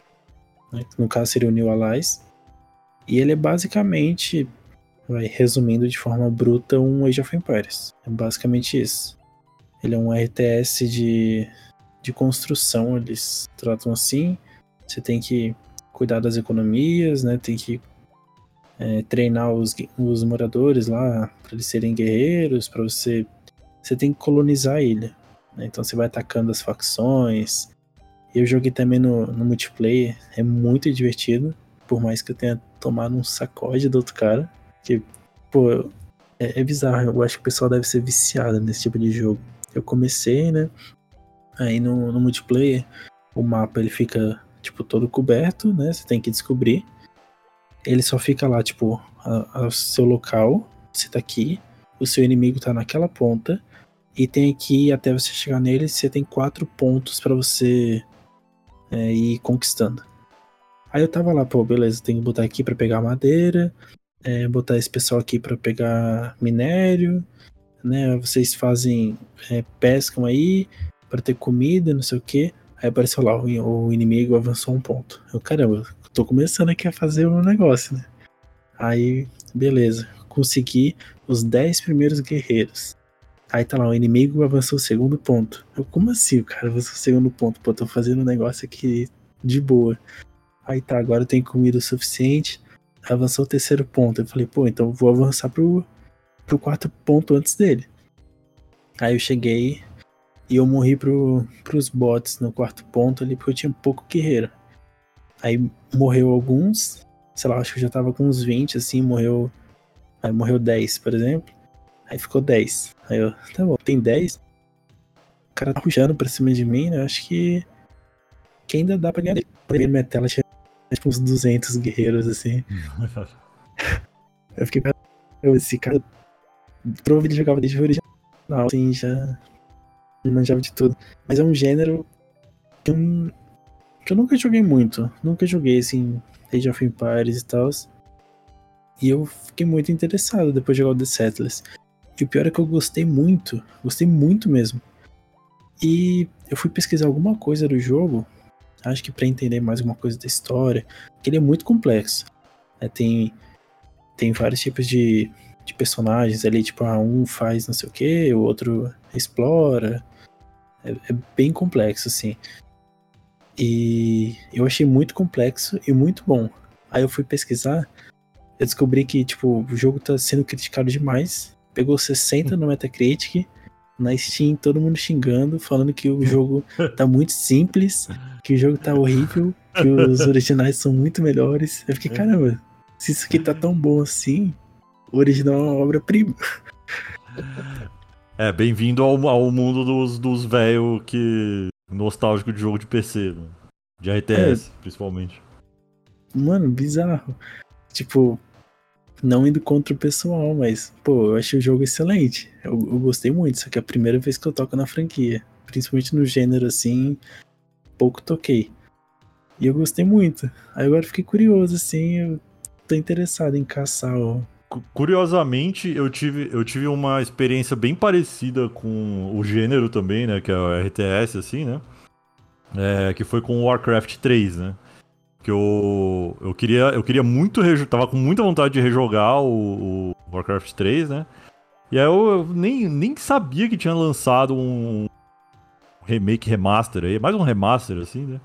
né? No caso seria o New Allies, e ele é basicamente, vai resumindo de forma bruta, um Age of Empires. É basicamente isso. Ele é um R T S de, de construção, eles tratam assim. Você tem que cuidar das economias, né? Tem que é, treinar os, os moradores lá para eles serem guerreiros, para você... Você tem que colonizar a ilha, né? Então você vai atacando as facções. Eu joguei também no, no multiplayer, é muito divertido, por mais que eu tenha tomado um sacode do outro cara, que, pô, é, é bizarro, eu acho que o pessoal deve ser viciado nesse tipo de jogo. Eu comecei, né, aí no, no multiplayer, o mapa ele fica, tipo, todo coberto, né, você tem que descobrir. Ele só fica lá, tipo, o seu local, você tá aqui, o seu inimigo tá naquela ponta, e tem que ir até você chegar nele, você tem quatro pontos pra você é, ir conquistando. Aí eu tava lá, pô, beleza, tem que botar aqui pra pegar madeira, é, botar esse pessoal aqui pra pegar minério, né, vocês fazem, é, pescam aí pra ter comida, não sei o que. Aí apareceu lá, o, o inimigo avançou um ponto. Eu, caramba, tô começando aqui a fazer um negócio, né. Aí, beleza, consegui os dez primeiros guerreiros. Aí tá lá, o inimigo avançou o segundo ponto. Eu, como assim, o cara avançou o segundo ponto? Pô, tô fazendo um negócio aqui de boa. Aí tá, agora eu tenho comida o suficiente. Avançou o terceiro ponto. Eu falei, pô, então vou avançar pro, pro quarto ponto antes dele. Aí eu cheguei e eu morri pro, pros bots no quarto ponto ali, porque eu tinha pouco guerreiro. Aí morreu alguns, sei lá, acho que eu já tava com uns vinte, assim, morreu... Aí morreu dez, por exemplo. Aí ficou dez. Aí eu, tá bom, tem dez? O cara tá rushando pra cima de mim, né? Eu acho que, que ainda dá pra ganhar. Primeiro minha tela tinha tipo uns duzentos guerreiros, assim. Eu fiquei, eu, esse cara, provavelmente ele jogava desde o original, assim, já manjava de tudo. Mas é um gênero que eu, que eu nunca joguei muito. Nunca joguei, assim, Age of Empires e tal. E eu fiquei muito interessado depois de jogar o The Settlers. E o pior é que eu gostei muito, gostei muito mesmo. E eu fui pesquisar alguma coisa do jogo, acho que pra entender mais alguma coisa da história, porque ele é muito complexo. É, tem, tem vários tipos de, de personagens ali, tipo, ah, um faz não sei o que, o outro explora. É, é bem complexo, assim. E eu achei muito complexo e muito bom. Aí eu fui pesquisar, eu descobri que, tipo, o jogo tá sendo criticado demais. Pegou sessenta no Metacritic, na Steam todo mundo xingando, falando que o jogo tá muito simples, que o jogo tá horrível, que os originais são muito melhores. Eu fiquei, caramba, se isso aqui tá tão bom assim, o original é uma obra-prima. É, bem-vindo ao, ao mundo dos, dos velhos que... nostálgico de jogo de P C, né? De R T S, é, principalmente. Mano, bizarro. Tipo, não indo contra o pessoal, mas, pô, eu achei o jogo excelente. Eu, eu gostei muito, só que é a primeira vez que eu toco na franquia. Principalmente no gênero, assim, pouco toquei. E eu gostei muito. Aí agora fiquei curioso, assim, eu tô interessado em caçar o, curiosamente, eu tive, eu tive uma experiência bem parecida com o gênero também, né? Que é o R T S, assim, né? É, que foi com o Warcraft três, né? Que eu, eu queria, eu queria muito, rejo- tava com muita vontade de rejogar o, o Warcraft três, né? E aí eu, eu nem, nem sabia que tinha lançado um remake, remaster aí, mais um remaster, assim, né?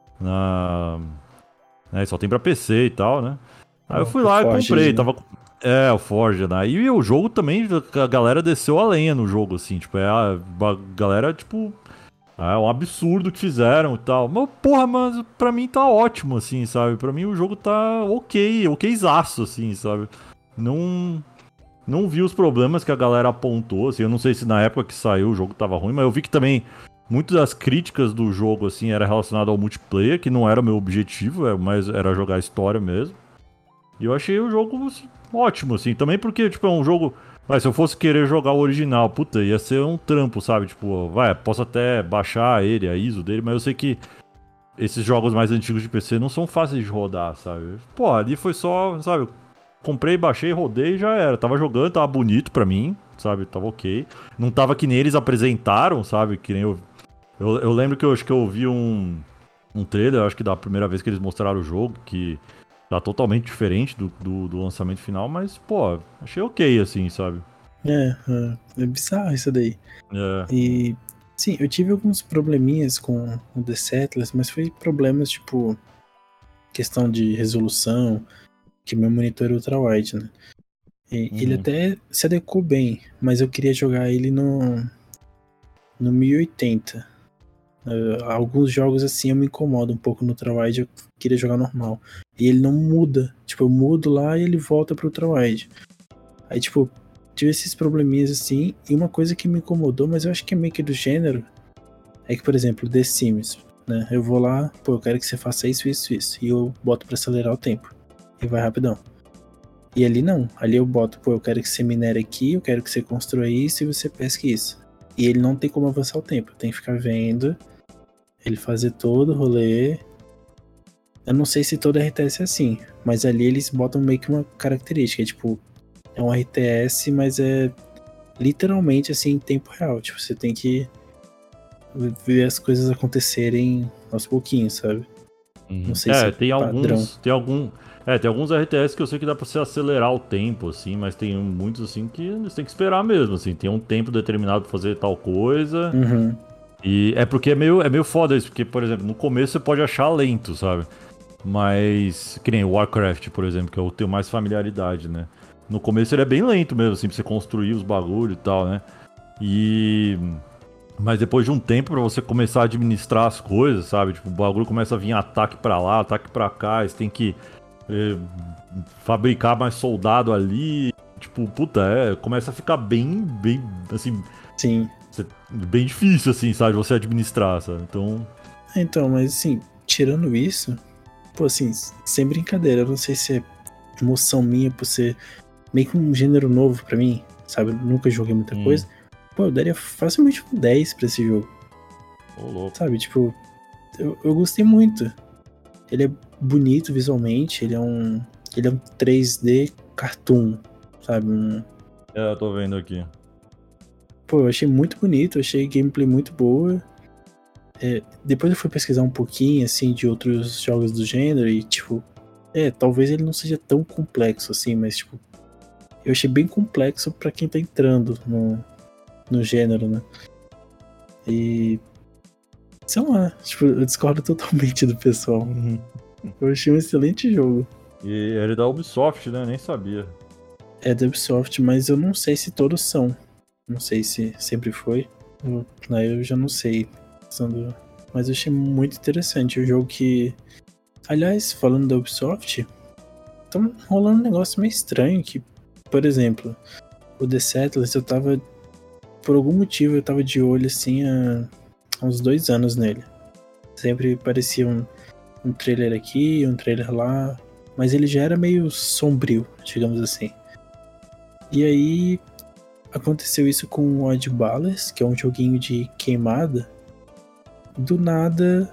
Na, né, só tem pra P C e tal, né? Aí eu fui O lá e Forged, comprei, né? tava... É, o Forge, né? E o jogo também, a galera desceu a lenha no jogo, assim, tipo, é a, a galera, tipo... É um absurdo que fizeram e tal. Mas, porra, mas pra mim tá ótimo, assim, sabe? Pra mim o jogo tá ok, okzaço, assim, sabe? Não... Não vi os problemas que a galera apontou, assim, eu não sei se na época que saiu o jogo tava ruim, mas eu vi que também muitas das críticas do jogo, assim, era relacionado ao multiplayer, que não era o meu objetivo, é, mas era jogar a história mesmo. E eu achei o jogo assim, ótimo, assim, também porque, tipo, é um jogo... Vai, se eu fosse querer jogar o original, puta, ia ser um trampo, sabe? Tipo, vai, posso até baixar ele, a I S O dele, mas eu sei que esses jogos mais antigos de P C não são fáceis de rodar, sabe? Pô, ali foi só, sabe? Comprei, baixei, rodei e já era. Tava jogando, tava bonito pra mim, sabe? Tava ok. Não tava que nem eles apresentaram, sabe? Que nem eu. Eu, eu lembro que eu acho que eu vi um, um trailer, acho que da primeira vez que eles mostraram o jogo, que tá totalmente diferente do, do, do lançamento final, mas, pô, achei ok, assim, sabe? É, é, é bizarro isso daí. É. E sim, eu tive alguns probleminhas com o The Settlers, mas foi problemas tipo questão de resolução, que meu monitor é ultrawide, né? E ele Uhum. até se adequou bem, mas eu queria jogar ele no no mil e oitenta. Uh, alguns jogos assim eu me incomodo um pouco no ultrawide, eu queria jogar normal. E ele não muda, tipo, eu mudo lá e ele volta pro ultrawide. Aí, tipo, tive esses probleminhas assim, e uma coisa que me incomodou, mas eu acho que é meio que do gênero, é que, por exemplo, The Sims, né? Eu vou lá, pô, eu quero que você faça isso, isso, isso, e eu boto pra acelerar o tempo. E vai rapidão. E ali não, ali eu boto, pô, eu quero que você minere aqui, eu quero que você construa isso e você pesque isso. E ele não tem como avançar o tempo, tem que ficar vendo, ele fazer todo o rolê. Eu não sei se todo R T S é assim, mas ali eles botam meio que uma característica, tipo, é um R T S, mas é literalmente assim em tempo real. Tipo, você tem que ver as coisas acontecerem aos pouquinhos, sabe? Uhum. Não sei se É, é tem padrão. alguns. Tem algum. É, tem alguns R T S que eu sei que dá pra você acelerar o tempo, assim, mas tem muitos assim que você tem que esperar mesmo, assim, tem um tempo determinado pra fazer tal coisa. Uhum. E é porque é meio, é meio foda isso, porque, por exemplo, no começo você pode achar lento, sabe? Mas, que nem o Warcraft, por exemplo, que eu tenho mais familiaridade, né? No começo ele é bem lento mesmo, assim, pra você construir os bagulho e tal, né? E. Mas depois de um tempo pra você começar a administrar as coisas, sabe? Tipo, o bagulho começa a vir ataque pra lá, ataque pra cá, você tem que eh, fabricar mais soldado ali. Tipo, puta, é, começa a ficar bem, bem, assim, Sim. cê- bem difícil, assim, sabe? Você administrar, sabe? Então, Então, mas assim, tirando isso, pô, assim, sem brincadeira, eu não sei se é emoção minha por ser meio que um gênero novo pra mim, sabe? Eu nunca joguei muita hum, coisa. Pô, eu daria facilmente um dez pra esse jogo, ô louco. sabe? Tipo, eu, eu gostei muito. Ele é bonito visualmente, ele é um. Ele é um três D cartoon, sabe? Um, É, eu tô vendo aqui. pô, eu achei muito bonito, eu achei gameplay muito boa. É, depois eu fui pesquisar um pouquinho, assim, de outros jogos do gênero e, tipo, é, talvez ele não seja tão complexo, assim, mas, tipo, eu achei bem complexo pra quem tá entrando no, no gênero, né? E, sei lá, tipo, eu discordo totalmente do pessoal. Uhum. Eu achei um excelente jogo. E ele é da Ubisoft, né? Nem sabia. É da Ubisoft, mas eu não sei se todos são. Não sei se sempre foi. Eu, aí eu já não sei. Sendo- Mas eu achei muito interessante. O jogo que. Aliás, falando da Ubisoft, tá rolando um negócio meio estranho. Que, por exemplo, o The Settlers, eu tava. Por algum motivo, eu tava de olho assim há, há uns dois anos nele. Sempre parecia um, um trailer aqui, um trailer lá. Mas ele já era meio sombrio, digamos assim. E aí aconteceu isso com o Odd Ballers, que é um joguinho de queimada. Do nada,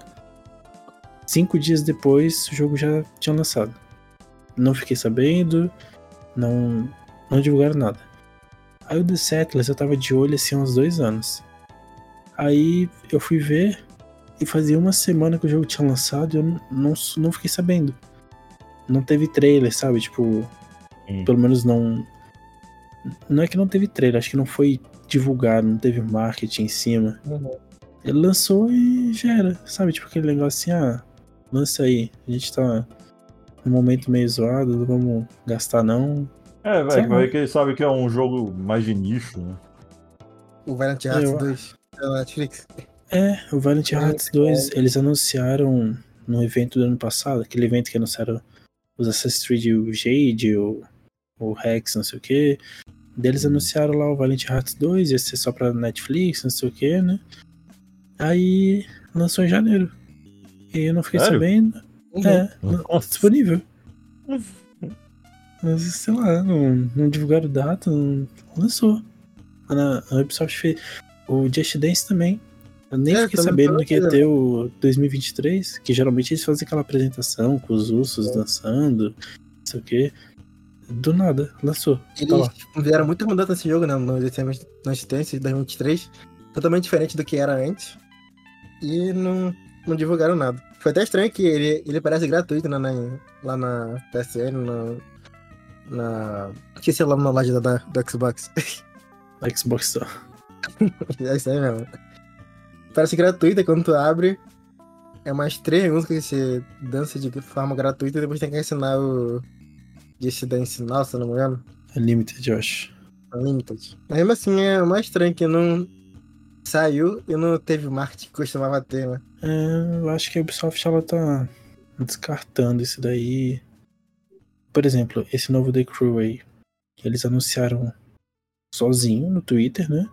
cinco dias depois, o jogo já tinha lançado. Não fiquei sabendo, Não, não divulgaram nada. Aí o The Settlers eu tava de olho assim há uns dois anos. Aí eu fui ver e fazia uma semana que o jogo tinha lançado e eu não, não fiquei sabendo. Não teve trailer, sabe? Tipo, hum. pelo menos não... Não é que não teve trailer, acho que não foi divulgado, não teve marketing em cima. Uhum. Ele lançou e já era, sabe? Tipo aquele negócio assim, ah, lança aí. A gente tá num momento meio zoado, não vamos gastar não. É, velho, vai que ele sabe que é um jogo mais de nicho, né? O Valiant Hearts eu... dois da Netflix. É, o Valiant Hearts dois, eles anunciaram no evento do ano passado, aquele evento que anunciaram os Assassin's Creed, o Jade, o, o Rex, não sei o que. Deles hum. anunciaram lá o Valiant Hearts dois, ia ser só pra Netflix, não sei o que, né? Aí lançou em janeiro. E eu não fiquei Sério? sabendo. Uhum. É, Nossa. disponível. Mas, sei lá, não, não divulgaram data, não lançou. A, a Ubisoft fez. O Just Dance também. Eu nem é, fiquei sabendo que ia ter o dois mil e vinte e três, que geralmente eles fazem aquela apresentação com os ursos é. dançando, não sei o que. Do nada, lançou. Eles tá vieram muito mudando esse jogo, né? No Just Dance de dois mil e vinte e três. Totalmente diferente do que era antes. E não, não divulgaram nada. Foi até estranho que ele, ele parece gratuito, né? Na, lá na P S N, na. na... Esqueci o nome na loja da, do Xbox. Xbox só. É isso aí mesmo. Parece gratuito, e quando tu abre, é mais três músicas que você dança de forma gratuita e depois tem que assinar o Just Dance Now, se não me engano. Unlimited, eu acho. Unlimited. Mas mesmo assim, é o mais estranho que não saiu e não teve marketing que costumava ter, né? É, eu acho que a Ubisoft ela tá descartando isso daí. Por exemplo, esse novo The Crew aí, eles anunciaram sozinho no Twitter, né?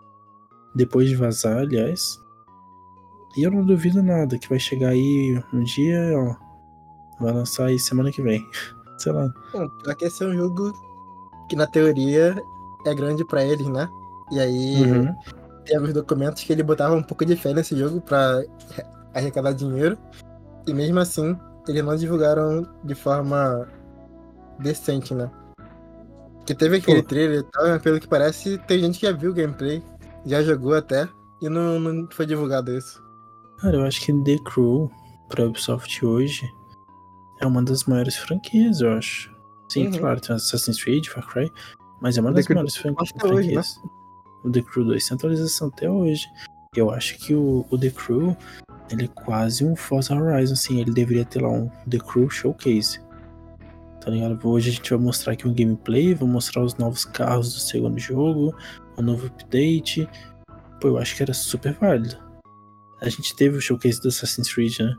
Depois de vazar, aliás. E eu não duvido nada que vai chegar aí um dia, ó. Vai lançar aí semana que vem. Sei lá. Bom, aqui esse é um jogo que na teoria é grande pra eles, né? E aí uhum. tem alguns documentos que ele botava um pouco de fé nesse jogo pra arrecadar dinheiro. E mesmo assim, eles não divulgaram de forma decente, né? Porque teve aquele Pô. trailer e tal, pelo que parece, tem gente que já viu o gameplay, já jogou até, e não, não foi divulgado isso. Cara, eu acho que The Crew, pra Ubisoft hoje, é uma das maiores franquias, eu acho. Sim, uhum. claro, tem Assassin's Creed, Far Cry, mas é uma das maiores fran- franquias. Hoje, né? O The Crew dois tem atualização até hoje. Eu acho que o, o The Crew, ele é quase um Forza Horizon, assim, ele deveria ter lá um The Crew Showcase. Tá ligado? Hoje a gente vai mostrar aqui um gameplay, vou mostrar os novos carros do segundo jogo, o novo update. Pô, eu acho que era super válido. A gente teve o showcase do Assassin's Creed, né?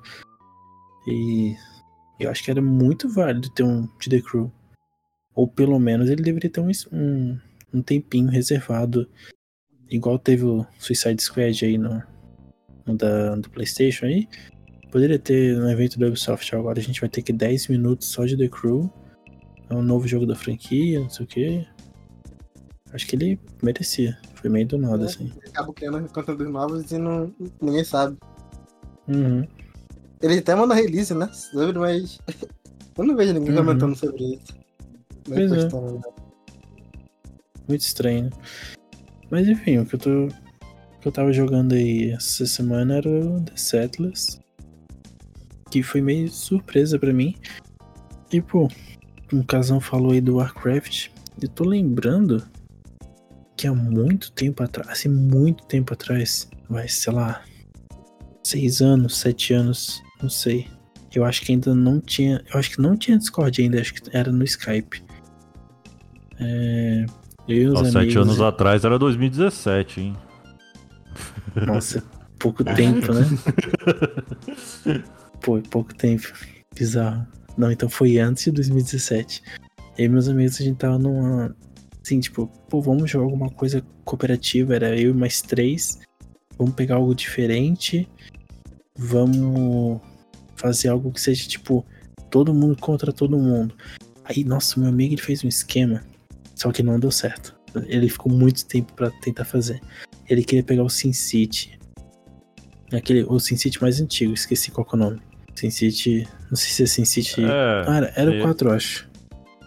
E eu acho que era muito válido ter um de The Crew. Ou pelo menos ele deveria ter um, um, um tempinho reservado. Igual teve o Suicide Squad aí no, no da, do PlayStation aí. Poderia ter no evento da Ubisoft agora. A gente vai ter que dez minutos só de The Crew. É um novo jogo da franquia, não sei o que. Acho que ele merecia. Foi meio do nada, é, assim. Acaba criando conteúdos novos e não, ninguém sabe. Uhum. Ele até manda release, né? Sobre, mas eu não vejo ninguém uhum. comentando sobre isso. Pois é. Postando, né? Muito estranho. Mas enfim, o que eu tô. O que eu tava jogando aí essa semana era o The Settlers. Que foi meio surpresa pra mim. E pô, um casal falou aí do Warcraft. Eu tô lembrando que há muito tempo atrás, assim, muito tempo atrás, vai, sei lá, seis anos, sete anos, não sei. Eu acho que ainda não tinha, eu acho que não tinha Discord ainda, acho que era no Skype. É, eu e os Nossa, amigos... sete anos atrás era dois mil e dezessete, hein? Nossa, pouco tempo, né? Pô, pouco tempo, bizarro. Não, então foi antes de dois mil e dezessete. Eu e meus amigos, a gente tava numa... Assim, tipo, pô, vamos jogar alguma coisa cooperativa, era eu e mais três. Vamos pegar algo diferente. Vamos fazer algo que seja, tipo, todo mundo contra todo mundo. Aí, nossa, meu amigo, ele fez um esquema, só que não deu certo. Ele ficou muito tempo pra tentar fazer. Ele queria pegar o SimCity. Aquele, o SimCity mais antigo, esqueci qual que é o nome. SimCity, não sei se é SimCity... É, ah, era, era o quatro, eu acho.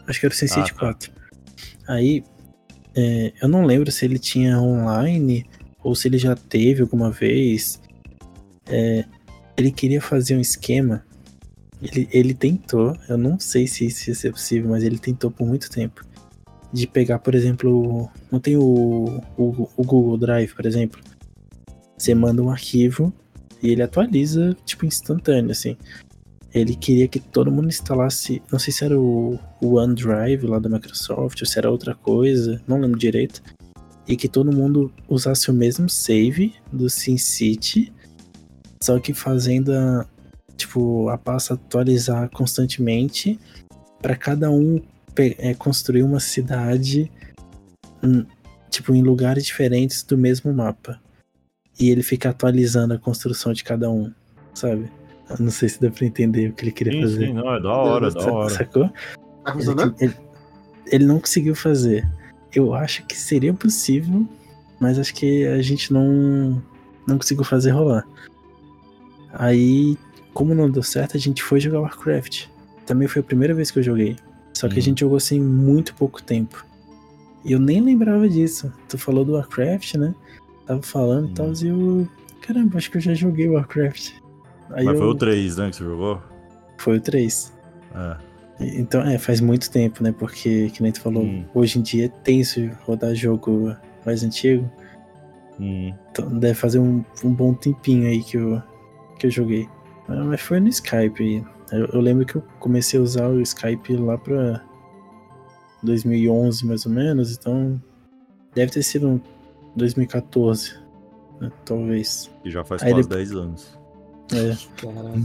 Acho que era o SimCity Ah, tá. quatro. Aí, é, eu não lembro se ele tinha online ou se ele já teve alguma vez. É, ele queria fazer um esquema. Ele, ele tentou, eu não sei se isso ia ser possível, mas ele tentou por muito tempo. De pegar, por exemplo, não tem o, o, o Google Drive, por exemplo. Você manda um arquivo e ele atualiza, tipo, instantâneo, assim. Ele queria que todo mundo instalasse, não sei se era o, o OneDrive lá da Microsoft ou se era outra coisa, não lembro direito. E que todo mundo usasse o mesmo save do SimCity, só que fazendo a, tipo, a pasta atualizar constantemente para cada um é, construir uma cidade hum, tipo, em lugares diferentes do mesmo mapa. E ele fica atualizando a construção de cada um, sabe? Eu não sei se dá pra entender o que ele queria Sim, fazer. sim, não, é da hora, é da hora. Sacou? Tá Ele, funcionando? ele, ele não conseguiu fazer. Eu acho que seria possível, mas acho que a gente não, não conseguiu fazer rolar. Aí, como não deu certo, a gente foi jogar Warcraft. Também foi a primeira vez que eu joguei. Só que Hum. a gente jogou assim muito pouco tempo. E eu nem lembrava disso. Tu falou do Warcraft, né? Tava falando e Hum. tal, e eu... Caramba, acho que eu já joguei Warcraft. Aí Mas eu... foi o três, né, que você jogou? Foi o três. É. Então, é, faz muito tempo, né? Porque, que nem tu falou, Hum. hoje em dia é tenso rodar jogo mais antigo. Hum. Então deve fazer um, um bom tempinho aí que eu, que eu joguei. Mas foi no Skype. Eu, eu lembro que eu comecei a usar o Skype lá pra dois mil e onze, mais ou menos. Então, deve ter sido um dois mil e quatorze, né, talvez. E já faz Aí quase depois- dez anos. É, Caraca,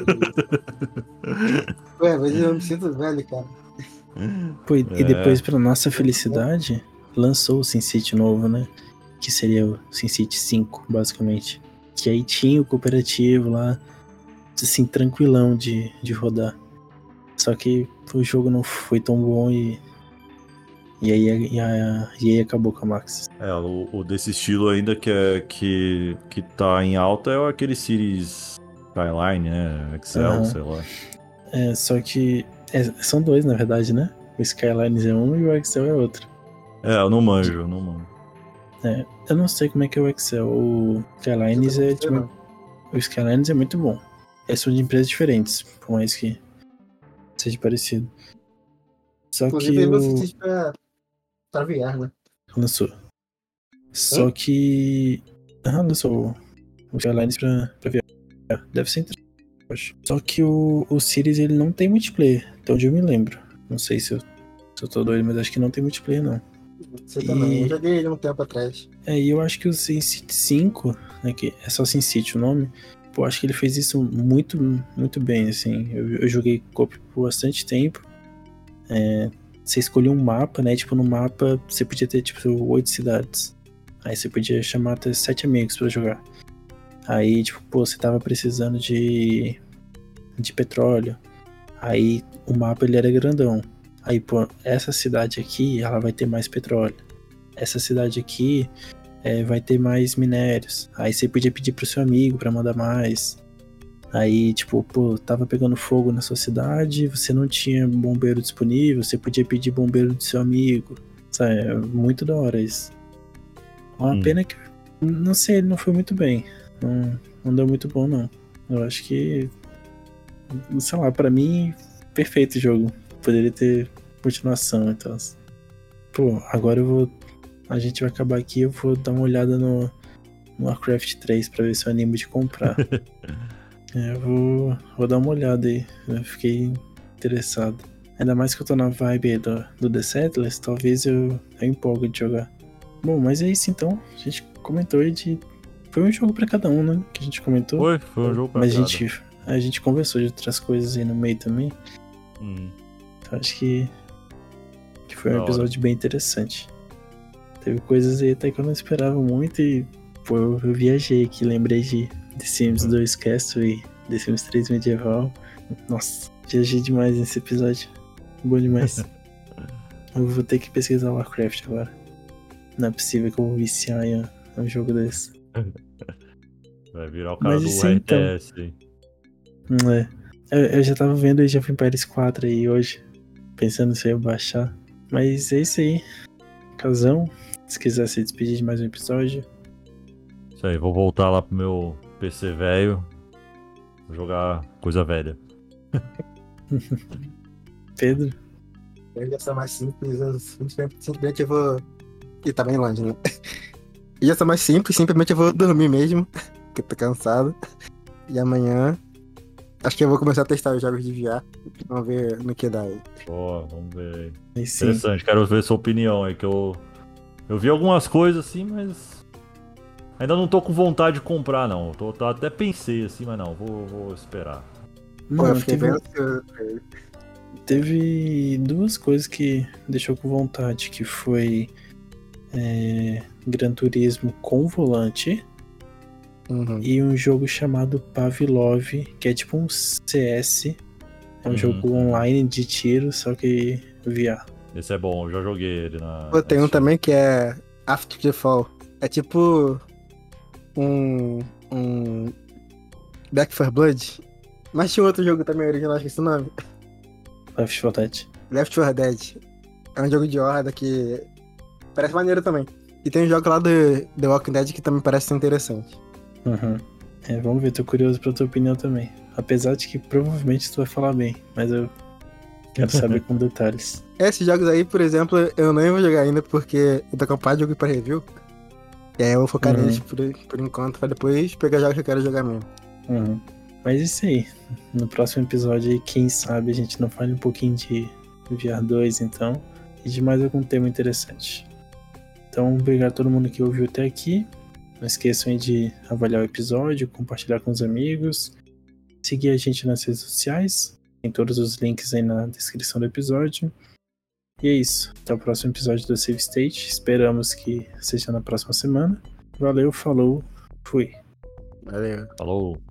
Ué, mas eu me sinto velho, cara. pô, e É. depois, pra nossa felicidade, lançou o SimCity novo, né? Que seria o SimCity cinco, basicamente. Que aí tinha o cooperativo lá, assim, tranquilão de, de rodar. Só que o jogo não foi tão bom e. E aí, e a, e aí acabou com a Maxis. É, o, o desse estilo ainda que, é, que, que tá em alta é aquele Cities Skyline, né? Excel, Aham. sei lá. É, só que. é, são dois, na verdade, né? O Skylines é um e o Excel é outro. É, eu não manjo, eu não manjo. É, eu não sei como é que é o Excel. O Skylines Eu é não sei, tipo. não. O Skylines é muito bom. É são de empresas diferentes, por mais que seja parecido. Só Inclusive, que eu meu o. sentido pra, pra V R, né? Lançou. Só Hum? que. Ah, lançou o Skylines pra, pra V R. Deve ser interessante, eu acho. Só que o, o Series ele não tem multiplayer, até onde eu me lembro. Não sei se eu, se eu tô doido, mas acho que não tem multiplayer, não. Não sei também. E- Eu joguei ele um tempo atrás. É, e eu acho que o SimCity cinco, né, que é só SimCity o nome, pô, acho que ele fez isso muito, muito bem, assim. Eu, eu joguei co-op por bastante tempo. É, você escolhia um mapa, né, tipo, no mapa você podia ter, tipo, oito cidades. Aí você podia chamar até sete amigos pra jogar. Aí, tipo, pô, você tava precisando de, de petróleo. Aí o mapa, ele era grandão. Aí, pô, essa cidade aqui, ela vai ter mais petróleo. Essa cidade aqui é, vai ter mais minérios. Aí você podia pedir pro seu amigo pra mandar mais. Aí, tipo, pô, tava pegando fogo na sua cidade, você não tinha bombeiro disponível, você podia pedir bombeiro do seu amigo. Sabe, é muito da hora isso. Uma Hum. pena que, não sei, ele não foi muito bem. Não, não deu muito bom, não. Eu acho que, sei lá, pra mim, perfeito o jogo. Poderia ter continuação, então. Pô, agora eu vou. A gente vai acabar aqui, eu vou dar uma olhada no, no Warcraft três pra ver se eu animo de comprar. É, eu vou, vou dar uma olhada aí. Eu fiquei interessado. Ainda mais que eu tô na vibe aí do, do The Settlers, talvez eu, eu empolgue de jogar. Bom, mas é isso então. A gente comentou aí de. Foi um jogo pra cada um, né? Que a gente comentou. Foi, foi um jogo pra Mas a cada. gente, a gente conversou de outras coisas aí no meio também. Hum. Então acho que, que foi um Da hora. episódio bem interessante. Teve coisas aí até que eu não esperava muito e pô, eu, eu viajei aqui, lembrei de The Sims Uhum. dois Castle e The Sims três Medieval. Nossa, viajei demais nesse episódio. Bom demais. Eu vou ter que pesquisar Warcraft agora. Não é possível que eu vou viciar em um jogo desse. Vai virar o cara Mas do isso então. R T S aí. Não é. Eu, eu já tava vendo Age of Empires quatro aí hoje. pensando se eu ia baixar. Mas é isso aí. Casão, se quiser se despedir de mais um episódio. Isso aí, vou voltar lá pro meu P C velho. Vou jogar coisa velha. Pedro? Eu já sou mais simples, eu simplesmente, simplesmente eu vou. E tá bem longe, né? E já sou mais simples, simplesmente eu vou dormir mesmo, porque eu tô cansado. E amanhã. Acho que eu vou começar a testar os jogos de V R. Vamos ver no que dá aí. Pô, vamos ver aí. Aí sim. Interessante, quero ver sua opinião aí, que eu. Eu vi algumas coisas assim, mas. Ainda não tô com vontade de comprar, não. Eu tô, tô- até pensei assim, mas não, vou, vou esperar. Pô, eu Mano, fiquei teve, bem ansioso pra ele. teve duas coisas que deixou com vontade, que foi é, Gran Turismo com volante Uhum. e um jogo chamado Pavlov, que é tipo um C S. É um Uhum, jogo uhum. online de tiro, só que V R. Esse é bom, eu já joguei ele na. Pô, tem na um Steam. também que é After the Fall. É tipo um. um. Back four Blood. Mas tinha outro jogo também original, acho que esse nome. Left four Dead. Left four Dead. É um jogo de horda que parece maneiro também. E tem um jogo lá do The Walking Dead que também parece ser interessante. Uhum. É, vamos ver, tô curioso pra tua opinião também. Apesar de que provavelmente tu vai falar bem, mas eu quero saber com detalhes. Esses jogos aí, por exemplo, eu nem vou jogar ainda porque eu tô com um par de jogo pra review. E aí eu vou focar Uhum. neles por, por enquanto, pra depois pegar jogos que eu quero jogar mesmo. Uhum. Mas é isso aí. No próximo episódio, aí, quem sabe a gente não fale um pouquinho de V R dois, então, e de mais algum tema interessante. Então, obrigado a todo mundo que ouviu até aqui. Não esqueçam aí de avaliar o episódio, compartilhar com os amigos, seguir a gente nas redes sociais. Tem todos os links aí na descrição do episódio. E é isso. Até o próximo episódio do Save State. Esperamos que seja na próxima semana. Valeu, falou, fui. Valeu. Falou.